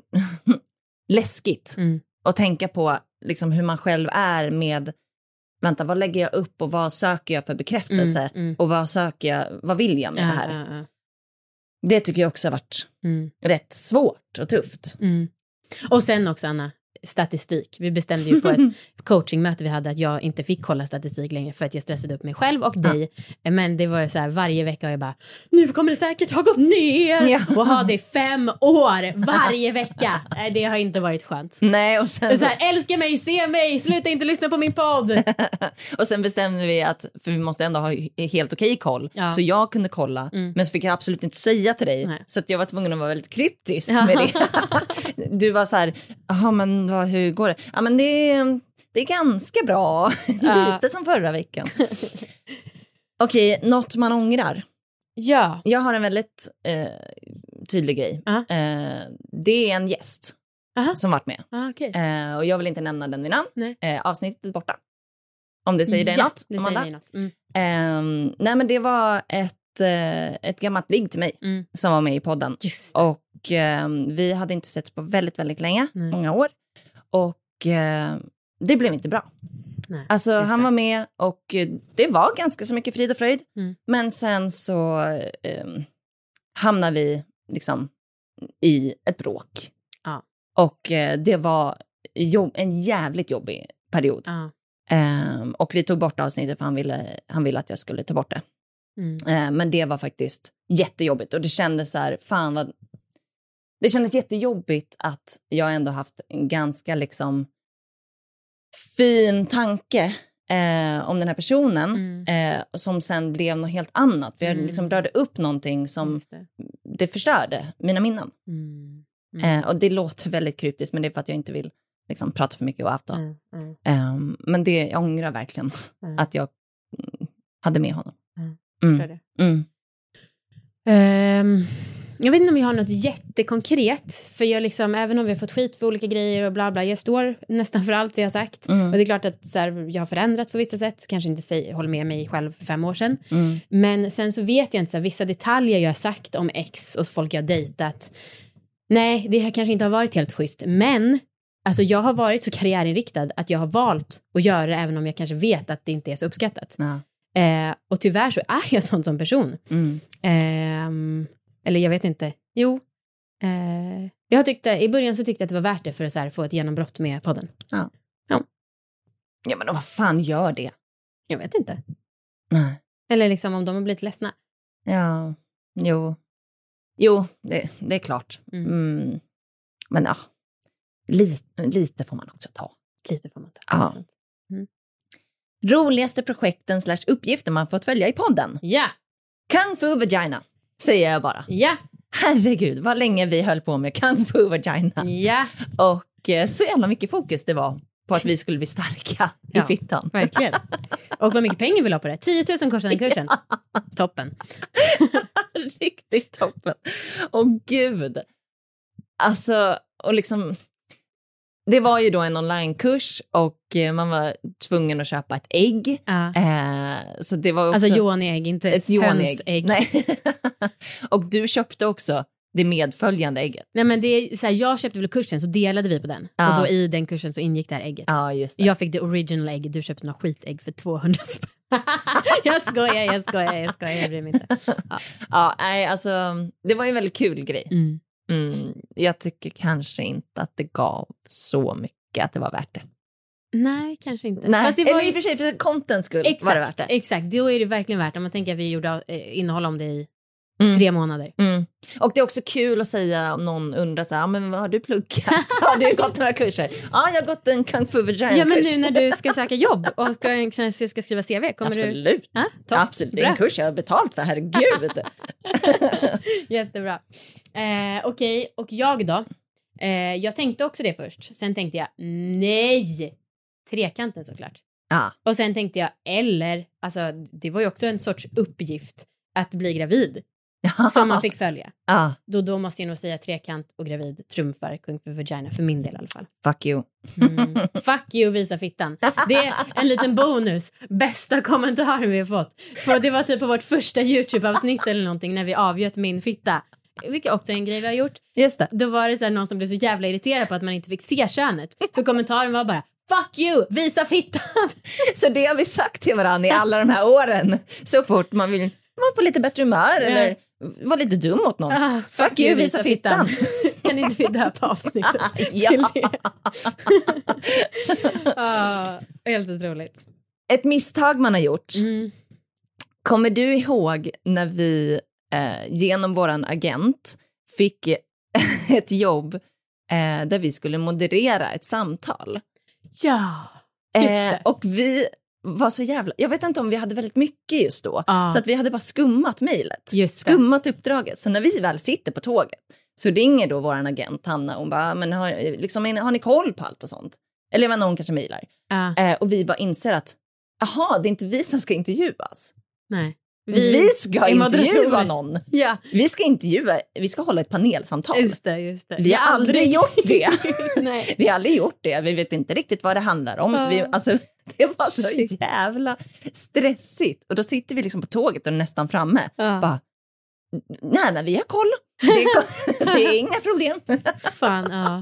läskigt mm. att tänka på liksom hur man själv är med, vänta, vad lägger jag upp och vad söker jag för bekräftelse? Mm. Mm. Och vad söker jag, vad vill jag med ja, det här? Ja, ja. Det tycker jag också har varit mm. rätt svårt och tufft. Mm. Och sen också, Anna, statistik. Vi bestämde ju på ett coachingmöte vi hade att jag inte fick kolla statistik längre för att jag stressade upp mig själv och dig. Ja. Men det var ju så här, varje vecka har jag bara, nu kommer det säkert ha gått ner. Ja. Och ha det fem år varje vecka. Det har inte varit skönt. Nej, och sen så här, älska mig, se mig, sluta inte lyssna på min podd. Och sen bestämde vi att, för vi måste ändå ha helt okej koll. Ja. Så jag kunde kolla, mm. men så fick jag absolut inte säga till dig. Nej. Så att jag var tvungen att vara väldigt kryptisk ja. med det. Du var så här, jaha men vad, hur går det? Ja men det är, det är ganska bra. Ja. Lite som förra veckan. Okej, något man ångrar. Ja. Jag har en väldigt eh, tydlig grej. Uh-huh. Eh, det är en gäst uh-huh. som varit med. Uh, okay. eh, och jag vill inte nämna den vid namn. Eh, avsnittet är borta. Om det säger dig ja, något. det säger mig något. Mm. Eh, nej men det var ett, eh, ett gammalt ligg till mig mm. som var med i podden. Och eh, vi hade inte setts på väldigt, väldigt länge. Mm. Många år. Och eh, det blev inte bra. Nej, alltså han var med och det var ganska så mycket frid och fröjd. Mm. Men sen så eh, hamnade vi liksom i ett bråk. Ja. Och eh, det var jobb, en jävligt jobbig period. Ja. Eh, och vi tog bort avsnittet för han ville, han ville att jag skulle ta bort det. Mm. Eh, men det var faktiskt jättejobbigt. Och det kändes så här, fan vad... Det kändes jättejobbigt att jag ändå haft en ganska liksom fin tanke eh, om den här personen mm. eh, som sen blev något helt annat. För jag mm. liksom rörde upp någonting som det. det förstörde mina minnen. Mm. Mm. Eh, och det låter väldigt kryptiskt, men det är för att jag inte vill liksom prata för mycket och afton. Mm. Mm. Eh, men det, jag ångrar verkligen mm. att jag hade med honom. Mm. Mm. Mm. Um. Jag vet inte om jag har något jättekonkret. För jag liksom, även om vi har fått skit för olika grejer och bla bla, jag står nästan för allt vi har sagt. Mm. Och det är klart att så här, jag har förändrats på vissa sätt. Så kanske inte säger, håller med mig själv för fem år sedan. Mm. Men sen så vet jag inte så här, vissa detaljer jag har sagt om ex och folk jag har dejtat. Nej, det kanske inte har varit helt schysst. Men alltså jag har varit så karriärinriktad att jag har valt att göra det även om jag kanske vet att det inte är så uppskattat. Ja. Eh, och tyvärr så är jag sån som person. Mm. Eh, Eller jag vet inte. Jo. Eh, jag tyckte, i början så tyckte jag att det var värt det för att så här, få ett genombrott med podden. Ja. Ja. Ja, men vad fan gör det? Jag vet inte. Nej. Eller liksom om de har blivit ledsna. Ja. Jo. Jo, det, det är klart. Mm. Mm. Men ja. Lite, lite får man också ta. Lite får man ta. Ja. Mm. Roligaste projekten slash uppgifter man fått följa i podden. Ja. Kung Fu Vagina. Säger jag bara. Ja. Herregud, vad länge vi höll på med Kung Fu Vagina. Ja. Och eh, så jävla mycket fokus det var på att vi skulle bli starka i ja, fittan. Verkligen. Och vad mycket pengar vi la på det. tio tusen kostar den kursen. Ja. Toppen. Riktigt toppen. Och gud. Alltså, och liksom... Det var ju då en onlinekurs och man var tvungen att köpa ett ägg. Ja. Eh, så det var också alltså Johan-ägg, inte ett hönsägg. Nej. Och du köpte också det medföljande ägget. Nej men det är så här, jag köpte väl kursen så delade vi på den. Ja. Och då i den kursen så ingick det här ägget. Ja, just det. Jag fick det original ägg, du köpte några skitägg för tvåhundra spänn. jag skojar, jag skojar, jag skojar, jag bryr mig inte. Ja, ja nej, alltså det var ju en väldigt kul grej. Mm. Mm, jag tycker kanske inte att det gav så mycket att det var värt det. Nej, kanske inte. Nej, fast det eller var i och för sig för contents skull exakt, var det värt det. Exakt, då är det verkligen värt. Om man tänker att vi gjorde eh, innehåll om det i mm. tre månader. Mm. Och det är också kul att säga om någon undrar så här, men vad har du pluggat? Har du gått några kurser? Ja, jag har gått en Kung Fu Vagina-kurs. Ja, men nu när du ska söka jobb och ska, kanske ska skriva C V, kommer absolut. du... Ja, absolut. Det är en kurs jag har betalt för, herregud. Jättebra. Eh, Okej, okay. Och jag då? Eh, jag tänkte också det först. Sen tänkte jag, nej! Trekanten såklart. Ja. Och sen tänkte jag, eller, alltså det var ju också en sorts uppgift att bli gravid. Ja. Som man fick följa. Ja. Då, då måste jag nog säga trekant och gravid trumfar Kung Fu Vagina för min del i alla fall. Fuck you. Mm. Fuck you, visa fittan. Det är en liten bonus. Bästa kommentaren vi har fått. För det var typ på vårt första YouTube-avsnitt eller någonting när vi avgöt min fitta. Vilket också är en grej vi har gjort. Just det. Då var det så här någon som blev så jävla irriterad på att man inte fick se könet. Så kommentaren var bara, fuck you, visa fittan. Så det har vi sagt till varandra i alla de här åren. Så fort man vill vara på lite bättre humör eller var lite dum mot någon. Ah, fuck, fuck you, visa, visa fittan. fittan. Kan inte vi döpa avsnittet Ja. till det? uh, helt otroligt. Ett misstag man har gjort. Mm. Kommer du ihåg när vi eh, genom våran agent fick ett jobb eh, där vi skulle moderera ett samtal? Ja, just det. Eh, och vi var så jävla... Jag vet inte om vi hade väldigt mycket just då. Ah. Så att vi hade bara skummat mejlet. Skummat uppdraget. Så när vi väl sitter på tåget så ringer då våran agent Hanna. Hon bara, men har, liksom, har ni koll på allt och sånt? Eller jag vet inte, hon kanske mejlar. Ah. Eh, och vi bara inser att, aha, det är inte vi som ska intervjuas. Nej. Vi, vi ska intervjua någon. Ja. Vi ska intervjua, vi ska hålla ett panelsamtal. Just det, just det. Vi har aldrig, aldrig gjort det. Nej. Vi har aldrig gjort det. Vi vet inte riktigt vad det handlar om. Ja. Vi, alltså, det var så jävla stressigt. Och då sitter vi liksom på tåget och nästan framme. Ja. Bara, nej men vi har koll. Det är, det är inga problem. Fan, ja.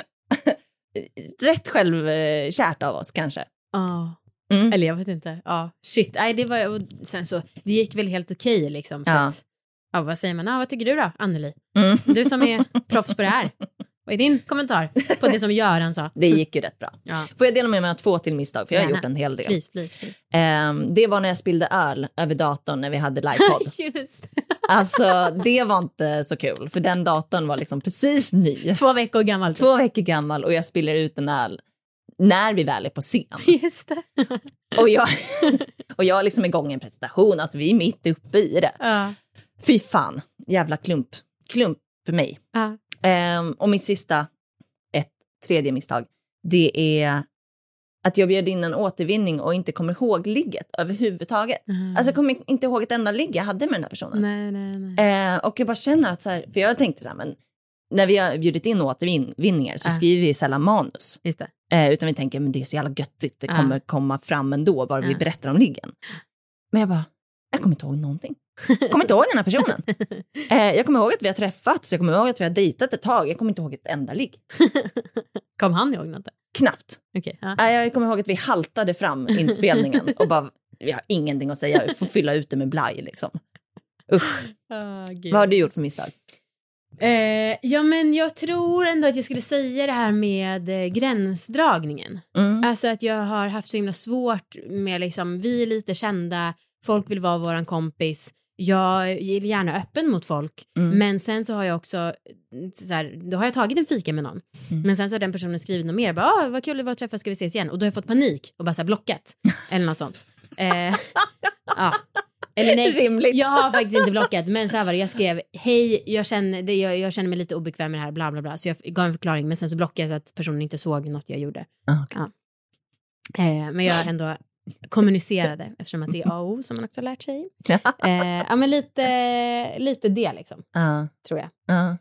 Rätt självkärt av oss kanske. Ja. Mm. Eller jag vet inte. Ja, shit. Nej, det var och sen så det gick väl helt okej liksom för ja. Att, ja, vad säger man? Ja, vad tycker du då, Anneli? Mm. Du som är proffs på det här. Vad är din kommentar på det som Göran sa? Det gick ju rätt bra. Ja. Får jag dela med mig av två till misstag? För jag har Gärna. gjort en hel del. Please, please, please. Um, det var när jag spillde öl över datorn när vi hade livepodd. Just. Alltså, det var inte så kul. För den datorn var liksom precis ny. Två veckor gammal. Två veckor gammal och jag spiller ut en öl när vi väl är på scen. Just det. och jag och jag är liksom igång i en presentation. Alltså vi är mitt uppe i det. Ja. Fy fan. Jävla klump. Klump för mig. Ja. Um, och mitt sista, ett tredje misstag. Det är att jag bjöd in en återvinning och inte kommer ihåg ligget överhuvudtaget. Mm. Alltså jag kommer inte ihåg ett enda ligg jag hade med den här personen. Nej, nej, nej. Uh, och jag bara känner att så här, för jag tänkte så här, men när vi har bjudit in återvinningar så uh. skriver vi sällan manus. Just det. Eh, utan vi tänker, men det är så jävla göttigt. Det kommer uh. komma fram ändå, bara uh. vi berättar om liggen. Men jag bara, jag kommer inte ihåg någonting. Jag kommer inte ihåg den här personen. Eh, jag kommer ihåg att vi har träffats. Jag kommer ihåg att vi har dejtat ett tag. Jag kommer inte ihåg ett enda ligg. Kom han ihåg något? Knappt. Okay, uh. eh, jag kommer ihåg att vi haltade fram inspelningen. Och bara, vi har ingenting att säga. Vi får fylla ut det med blaj liksom. Usch. Oh, vad har du gjort för misstag? Eh, ja men jag tror ändå att jag skulle säga det här med eh, gränsdragningen. Mm. Alltså att jag har haft så himla svårt med liksom, vi är lite kända, folk vill vara våran kompis, jag är gärna öppen mot folk, mm. men sen så har jag också så här, då har jag tagit en fika med någon, mm. men sen så har den personen skrivit något mer, bara, ah, vad kul det var att träffas, ska vi ses igen, och då har jag fått panik och bara så här blockat eller något sånt. eh, ja. Eller nej, rimligt. Jag har faktiskt inte blockat, men så här var det, jag skrev hej, jag känner, det, jag, jag känner mig lite obekväm med det här, bla bla bla, så jag gav en förklaring, men sen så blockade jag så att personen inte såg något jag gjorde. Okay. Ja. Eh, men jag ändå kommunicerade, eftersom att det är A O som man också har lärt sig. Eh, ja men lite, lite det liksom, uh. tror jag. Uh.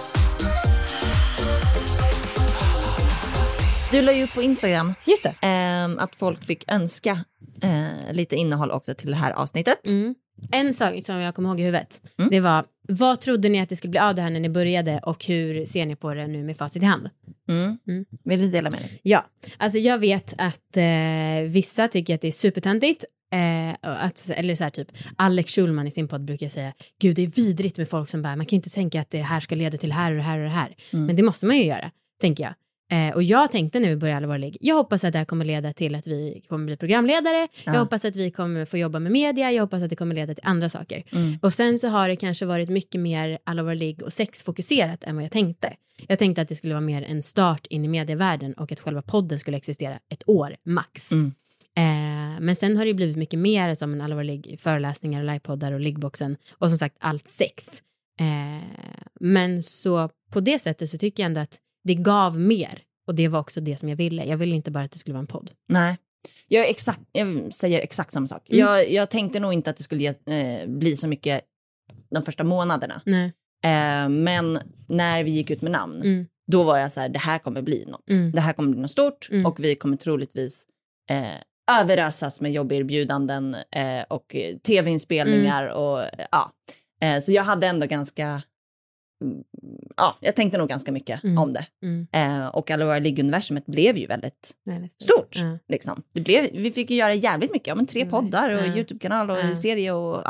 Du la ju upp på Instagram. Just det. Eh, att folk fick önska eh, lite innehåll också till det här avsnittet. Mm. En sak som jag kommer ihåg i huvudet, mm. det var, vad trodde ni att det skulle bli av det här när ni började, och hur ser ni på det nu med facit i hand? Mm. Mm. Vill du dela med dig? Ja, alltså jag vet att eh, vissa tycker att det är supertöntigt. Eh, att, eller så här typ Alex Schulman i sin podd brukar säga, gud det är vidrigt med folk som bara, man kan ju inte tänka att det här ska leda till det här och det här och det här. Mm. Men det måste man ju göra, tänker jag. Eh, och jag tänkte nu i början av vår ligg, jag hoppas att det här kommer leda till att vi kommer bli programledare, ja. Jag hoppas att vi kommer få jobba med media, jag hoppas att det kommer leda till andra saker. Mm. Och sen så har det kanske varit mycket mer alla vår ligg och sexfokuserat än vad jag tänkte. Jag tänkte att det skulle vara mer en start in i medievärlden och att själva podden skulle existera ett år max. Mm. Eh, men sen har det blivit mycket mer som en alla vår ligg, föreläsningar, livepoddar och liggboxen och som sagt allt sex. Eh, men så på det sättet så tycker jag ändå att det gav mer. Och det var också det som jag ville. Jag ville inte bara att det skulle vara en podd. Nej, jag, är exakt, jag säger exakt samma sak. Mm. Jag, jag tänkte nog inte att det skulle eh, bli så mycket de första månaderna. Nej. Eh, men när vi gick ut med namn, mm. då var jag så här, det här kommer bli något. Mm. Det här kommer bli något stort mm. och vi kommer troligtvis eh, överösas med jobberbjudanden eh, och tv-inspelningar. Mm. Och ja. Eh, så jag hade ändå ganska... Ja, jag tänkte nog ganska mycket mm. om det. Mm. Eh, och alla våra ligguniversumet blev ju väldigt Nej, stort. Mm. Liksom. Det blev, vi fick ju göra jävligt mycket. Ja, men tre mm. poddar och mm. YouTube-kanal och mm. serie och ja.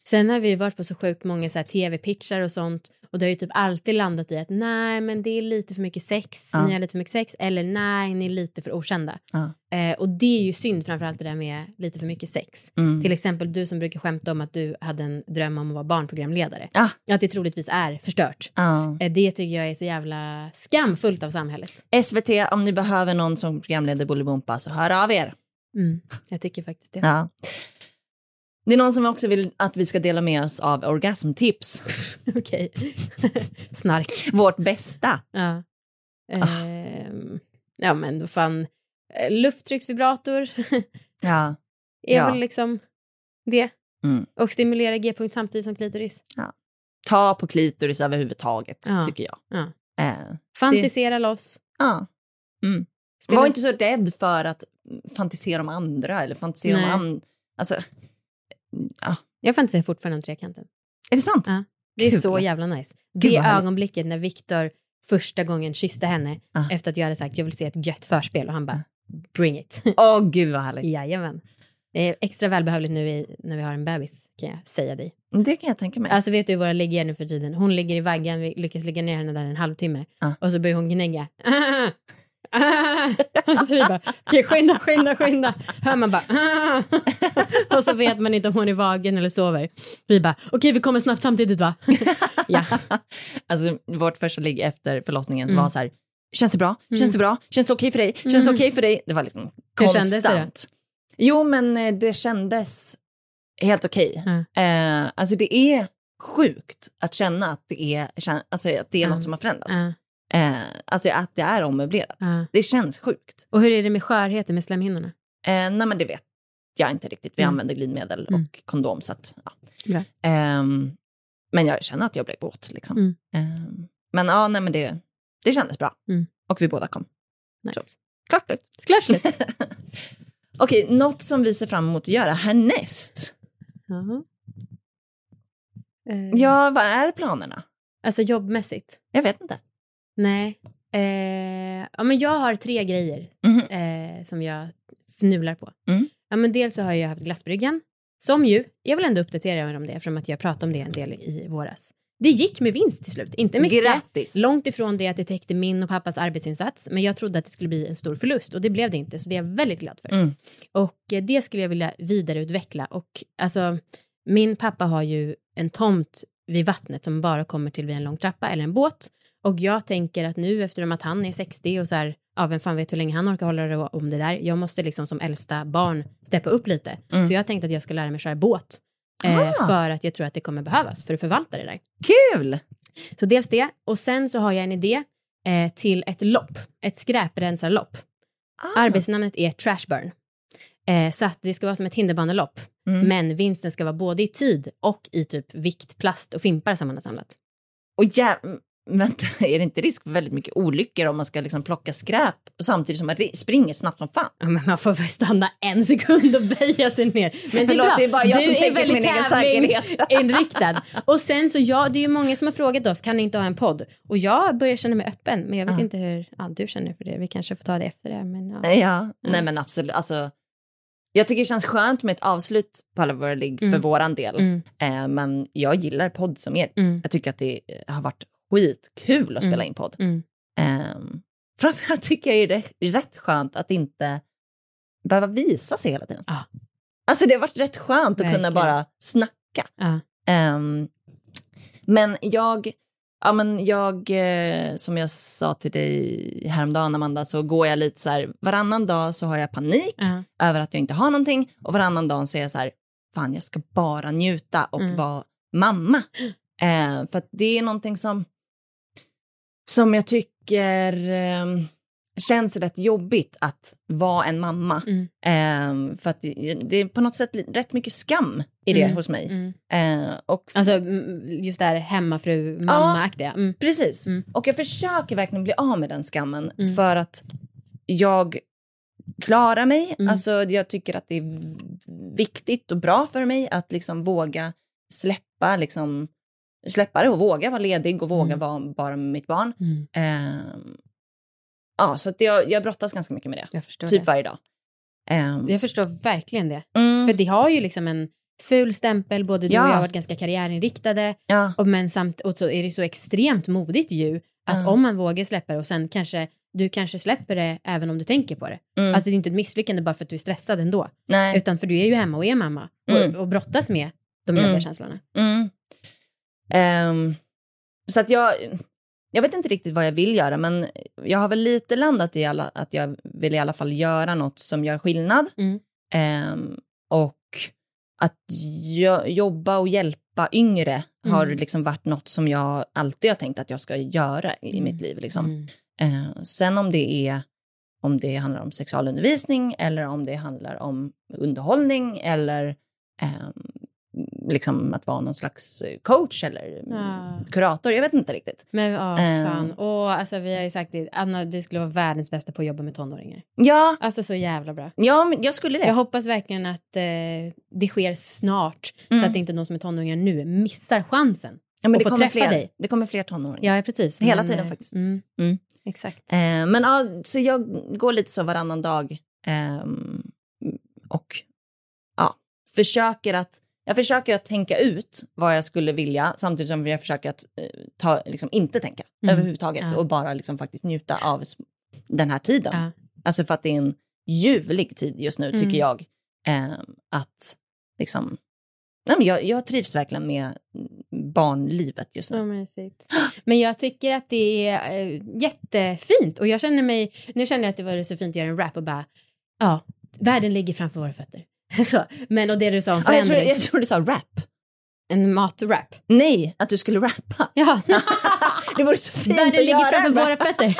Sen har vi varit på så sjukt många så här tv-pitchar och sånt. Och det har ju typ alltid landat i att nej, men det är lite för mycket sex. Ja. Ni har lite för mycket sex. Eller nej, ni är lite för okända. Ja. Eh, och det är ju synd framförallt det där med lite för mycket sex. Mm. Till exempel du som brukar skämta om att du hade en dröm om att vara barnprogramledare. Ja. Att det troligtvis är förstört. Ja. Eh, det tycker jag är så jävla skamfullt av samhället. S V T, om ni behöver någon som programledare Bolibompa så hör av er. Mm, jag tycker faktiskt det. Ja. Det är någon som också vill att vi ska dela med oss av orgasmtips. Okej. Snark. Vårt bästa. Ja. Oh. Ehm, ja men vad fan. Lufttrycksvibrator. Ja. Är ja. väl liksom det. Mm. Och stimulera G-punkt samtidigt som klitoris. Ja. Ta på klitoris överhuvudtaget, ja. Tycker jag. Ja. Äh, Fantisera det... loss. Ja. Mm. Var inte så rädd för att fantisera om andra. Eller fantisera Nej. om andra. Alltså... Ja. Jag fantiserar fortfarande om trekanten. Är det sant? Ja. Det är Kul. så jävla nice. Gud, det ögonblicket när Victor första gången kysste henne ah. efter att jag hade sagt jag vill se ett gött förspel och han bara bring it. Åh oh, gud vad härligt. Jajamän. Det är extra välbehövligt nu i, när vi har en bebis kan jag säga dig. Det kan jag tänka mig. Alltså vet du hur våra ligger nu för tiden? Hon ligger i vaggan, vi lyckas ligga ner henne där en halvtimme ah. och så börjar hon gnägga. Ah! Ah! Och så vi bara, okej, skynda, skynda, skynda. Hör man bara, ah! Och så vet man inte om hon är vagen eller sover. Vi bara, okej, vi kommer snabbt samtidigt va? Ja. Alltså vårt första ligg efter förlossningen mm. var så här, känns det bra? Känns mm. det bra? Känns det okej för dig? Känns mm. det okej för dig? Det var liksom Hur konstant. Kändes det? Jo, men det kändes helt okej. Mm. Eh, alltså det är sjukt att känna att det är, alltså, att det är mm. något som har förändrats. Mm. Eh, alltså att det är ommöblerat. Ja. Det känns sjukt. Och hur är det med skörheten med slemhinnorna? Eh, nej men det vet jag inte riktigt. Vi mm. använder glidmedel mm. och kondom så att, ja. eh, men jag känner att jag blev våt liksom. Mm. Eh, men ja, nej men det, det kändes bra. Mm. Och vi båda kom. Nice. Så, klart slut. Klart slut. Okej, något som vi ser fram emot att göra härnäst. Uh-huh. Eh. Ja, vad är planerna? Alltså jobbmässigt? Jag vet inte. Nej. Eh, ja, men jag har tre grejer mm. eh, som jag fnular på. Mm. Ja, men dels så har jag haft glassbryggan. Som ju, jag vill ändå uppdatera er om det eftersom att jag pratade om det en del i våras. Det gick med vinst till slut. Inte mycket. Grattis. Långt ifrån det att det täckte min och pappas arbetsinsats. Men jag trodde att det skulle bli en stor förlust. Och det blev det inte. Så det är jag väldigt glad för. Mm. Och eh, det skulle jag vilja vidareutveckla. Och alltså, min pappa har ju en tomt vid vattnet som bara kommer till vid en lång trappa eller en båt. Och jag tänker att nu eftersom att han är sextio och så här, ja vem fan vet hur länge han orkar hålla det om det där. Jag måste liksom som äldsta barn steppa upp lite. Mm. Så jag tänkte att jag ska lära mig köra båt. Eh, för att jag tror att det kommer behövas för att förvalta det där. Kul! Så dels det. Och sen så har jag en idé eh, till ett lopp. Ett skräprensarlopp. Ah. Arbetsnamnet är Trashburn. Eh, så att det ska vara som ett hinderbanelopp. Mm. Men vinsten ska vara både i tid och i typ vikt, plast och fimpar som man har samlat. Och ja, vänta, är det inte risk för väldigt mycket olyckor om man ska liksom plocka skräp samtidigt som man springer snabbt som fan? Ja, men man får väl stanna en sekund och böja sig ner. Men det är Förlåt, bra. Det är bara jag du som är väldigt tävlingsinriktad. Och sen så, ja, det är ju många som har frågat oss, kan ni inte ha en podd? Och jag börjar känna mig öppen, men jag vet ja. inte hur ja, du känner för det. Vi kanske får ta det efter det. Men, ja. Ja. ja, nej men absolut. Alltså, jag tycker det känns skönt med ett avslut på alla våra ligg mm. för våran del. Mm. Eh, men jag gillar podd som er. Mm. Jag tycker att det har varit skitkul att spela mm. in podd. Mm. Um, framförallt tycker jag det är rätt skönt att inte behöva visa sig hela tiden. Ah. Alltså det har varit rätt skönt Verkligen. Att kunna bara snacka. Ah. Um, men jag, ja men jag, eh, som jag sa till dig häromdagen Amanda, så går jag lite så här, varannan dag så har jag panik ah. över att jag inte har någonting. Och varannan dag så är jag så här, fan jag ska bara njuta och mm. vara mamma. Uh, för att det är någonting som som jag tycker um, känns rätt jobbigt att vara en mamma. Mm. Um, för att det, det är på något sätt rätt mycket skam i det mm. hos mig. Mm. Uh, och, alltså just det här hemmafru, mamma-aktiga. Mm. Precis. Mm. Och jag försöker verkligen bli av med den skammen mm. för att jag klarar mig. Mm. Alltså jag tycker att det är viktigt och bra för mig att liksom våga släppa liksom släppa det och våga vara ledig och våga mm. vara bara med mitt barn. Mm. Uh, ja, så att jag, jag brottas ganska mycket med det. Jag förstår typ det. Varje dag. Um, jag förstår verkligen det. Mm. För det har ju liksom en ful stämpel, både du ja. och jag har varit ganska karriärinriktade, ja. och, men samt, och så är det så extremt modigt ju, att mm. om man vågar släppa det och sen kanske, du kanske släpper det även om du tänker på det. Mm. Alltså det är inte ett misslyckande bara för att du är stressad ändå. Nej. Utan för du är ju hemma och är mamma mm. och, och brottas med de jobbiga mm. känslorna. Mm. Um, så att jag... Jag vet inte riktigt vad jag vill göra, men jag har väl lite landat i alla, att jag vill i alla fall göra något som gör skillnad. Mm. Um, och att jo- jobba och hjälpa yngre mm. har liksom varit något som jag alltid har tänkt att jag ska göra i mm. mitt liv. Liksom. Mm. Uh, sen om det är om det handlar om sexualundervisning eller om det handlar om underhållning eller um, liksom att vara någon slags coach eller ja. kurator, jag vet inte riktigt. Men ja, fan. Och alltså vi har ju sagt det, Anna, du skulle vara världens bästa på att jobba med tonåringar. Ja. Alltså så jävla bra. Ja, men jag skulle det. Jag hoppas verkligen att eh, det sker snart mm. så att inte någon som är tonåringar nu missar chansen. Ja, men att det få kommer träffa fler. dig. Det kommer fler tonåringar. Ja, precis. Hela men, tiden faktiskt. Mm. Mm. Exakt. Eh, men ja, så jag går lite så varannan dag eh, och ja, försöker att Jag försöker att tänka ut vad jag skulle vilja samtidigt som jag försöker att eh, ta, liksom, inte tänka mm. överhuvudtaget ja. och bara liksom, faktiskt njuta av den här tiden. Ja. Alltså för att det är en ljuvlig tid just nu mm. tycker jag. Eh, att liksom, nej, men jag, jag trivs verkligen med barnlivet just nu. Ja, men jag tycker att det är äh, jättefint och jag känner mig, nu känner jag att det var så fint att göra en rap och bara, ja, världen ligger framför våra fötter. Så, men och det du sa om förändring. Ja, jag, tror, jag tror du sa rap. En matrap. Nej, att du skulle rappa. Ja. Det vore så fint världen att ligger göra framför våra fötter.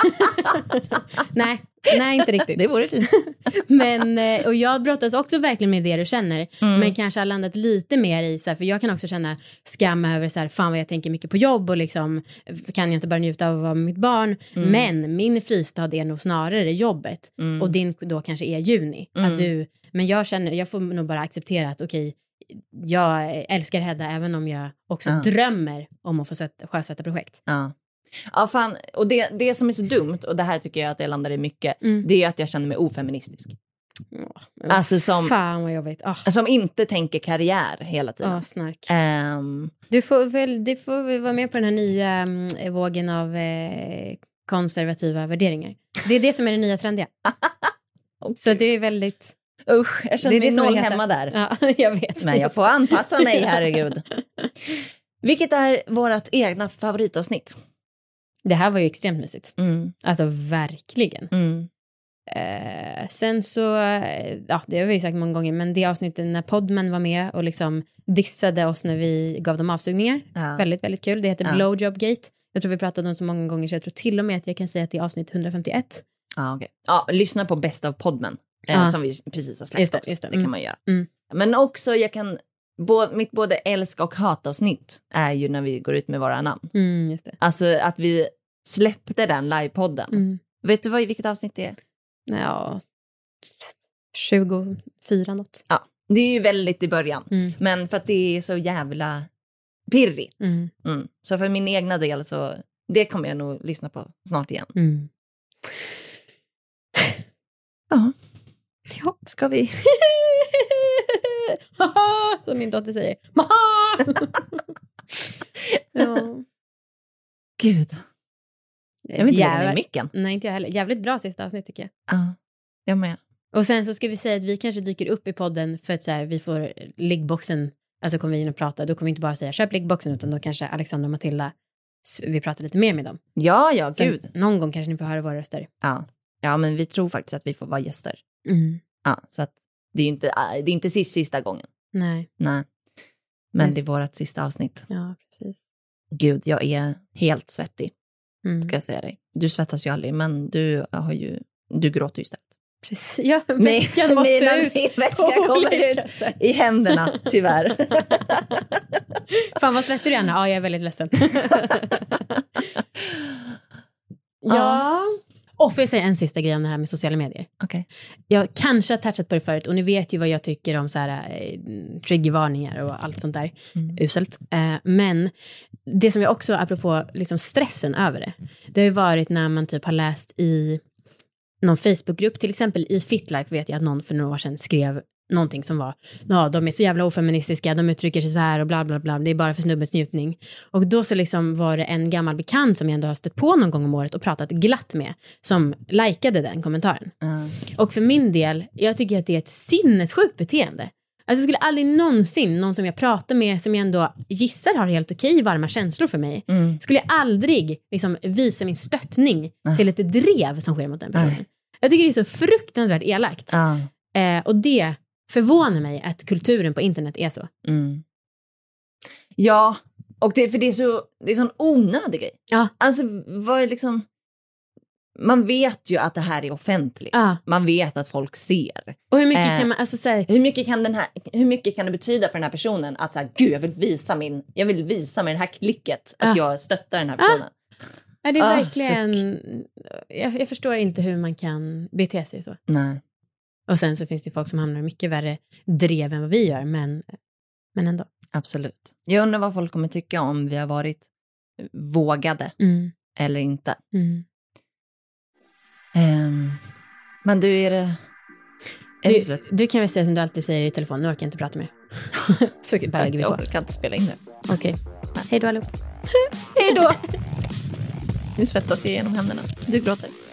nej, nej inte riktigt. Det vore fint. Men, och jag brottas också verkligen med det du känner. Mm. Men kanske har landat lite mer i så här, för jag kan också känna skam över så här, fan vad jag tänker mycket på jobb och liksom kan jag inte bara njuta av att vara med mitt barn. Mm. Men min fristad är nog snarare jobbet. Mm. Och din då kanske är juni. Mm. Att du, men jag känner, jag får nog bara acceptera att okej, jag älskar Hedda även om jag också ja. drömmer om att få sätta, sjösätta projekt. Ja. Ja, fan. Och det, det som är så dumt, och det här tycker jag att jag landar i mycket, mm. det är att jag känner mig ofeministisk. Oh, alltså som, fan vad jobbigt. Oh. Som inte tänker karriär hela tiden. Oh, snark. Um, du får väl, du får väl vara med på den här nya um, vågen av eh, konservativa värderingar. Det är det som är det nya trendiga. Okay. Så det är väldigt... Usch, jag känner mig noll hemma där. Ja, jag vet. Men jag får anpassa mig, herregud. Vilket är vårt egna favoritavsnitt? Det här var ju extremt mysigt. Mm. Alltså verkligen. Mm. Eh, sen så, ja det har vi ju sagt många gånger, men det avsnittet när Podman var med och liksom dissade oss när vi gav dem avsugningar. Ja. Väldigt, väldigt kul. Det heter ja. Blowjobgate. Jag tror vi pratade om så många gånger så jag tror till och med att jag kan säga att det är avsnitt hundrafemtioett. Ah, okay. Ja, lyssna på Best of Podman. Eh, ah. Som vi precis har släppt just det, just det. det kan mm. man göra. Mm. Men också jag kan bo, mitt både älska och hatavsnitt är ju när vi går ut med våra namn. Mm, just det. Alltså att vi släppte den livepodden. Mm. Vet du vad, vilket avsnitt det är? Ja, tjugofyra något. Ja, det är ju väldigt i början. Mm. Men för att det är så jävla pirrigt. Mm. Mm. Så för min egna del så det kommer jag nog lyssna på snart igen. Mm. Ja. Ja. Ska vi? Som min dotter säger. Ja. Gud. Jag vill inte lägga ner micken. Nej, inte jag heller. Jävligt bra sista avsnitt tycker jag. Ja, jag med. Och sen så ska vi säga att vi kanske dyker upp i podden för att så här, vi får liggboxen. Alltså kommer vi in och prata. Då kommer vi inte bara säga köp liggboxen utan då kanske Alexandra och Matilda vi pratar lite mer med dem. Ja, ja, sen, gud. Någon gång kanske ni får höra våra röster. Ja. Ja, men vi tror faktiskt att vi får vara gäster. Mm. Ja, så att det är ju inte, det är inte sista, sista gången. Nej. Nej. Men Nej. Det är vårt sista avsnitt. Ja, precis. Gud, jag är helt svettig. Mm. Ska jag säga dig. Du svettas ju aldrig, men du har ju, du gråter ju istället. Precis. Ja, vätskan måste mina, ut. Min vätska kommer ut i händerna, tyvärr. Fan vad svettig du är, Anna. Ja, jag är väldigt ledsen. Ja. Och får jag säga en sista grej om det här med sociala medier. Okay. Jag kanske har touchat på det förut och ni vet ju vad jag tycker om så här eh, triggervarningar och allt sånt där. Mm. Uselt. Eh, men det som jag också, apropå liksom stressen över det. Det har ju varit när man typ har läst i någon Facebookgrupp, till exempel i Fitlife vet jag att någon för några år sedan skrev någonting som var, ja, de är så jävla ofeministiska, de uttrycker sig så här och bla bla bla, det är bara för snubbens njutning. Och då så liksom var det en gammal bekant som jag ändå har stött på någon gång om året och pratat glatt med, som likade den kommentaren. Mm. Och för min del, jag tycker att det är ett sinnessjukt beteende. Alltså jag skulle aldrig någonsin, någon som jag pratar med som jag ändå gissar har helt okej varma känslor för mig, mm. skulle jag aldrig liksom visa min stöttning mm. till ett drev som sker mot den personen. Mm. Jag tycker det är så fruktansvärt elakt. Mm. Eh, och det förvånar mig att kulturen på internet är så. Mm. Ja, och det, för det är så det är sån onödig grej. Ja. Alltså, vad är liksom... Man vet ju att det här är offentligt. Ja. Man vet att folk ser. Och hur mycket eh, kan man... Alltså, så här, hur, mycket kan den här, hur mycket kan det betyda för den här personen att så här, gud, jag vill visa min... Jag vill visa med det här klicket att ja. jag stöttar den här personen. Ja, det är ah, verkligen... Jag, jag förstår inte hur man kan bete sig så. Nej. Och sen så finns det folk som hamnar mycket värre drev än vad vi gör, men, men ändå. Absolut. Jag undrar vad folk kommer tycka om vi har varit vågade mm. eller inte. Mm. Um, men du, är det... Är du, det slut? Du kan väl säga som du alltid säger i telefon, nu orkar jag inte prata mer. Så bara lägger vi på. Jag kan inte spela in det. Okej. Okay. Hej då allihop. Hej då. Nu svettas jag genom händerna. Du gråter.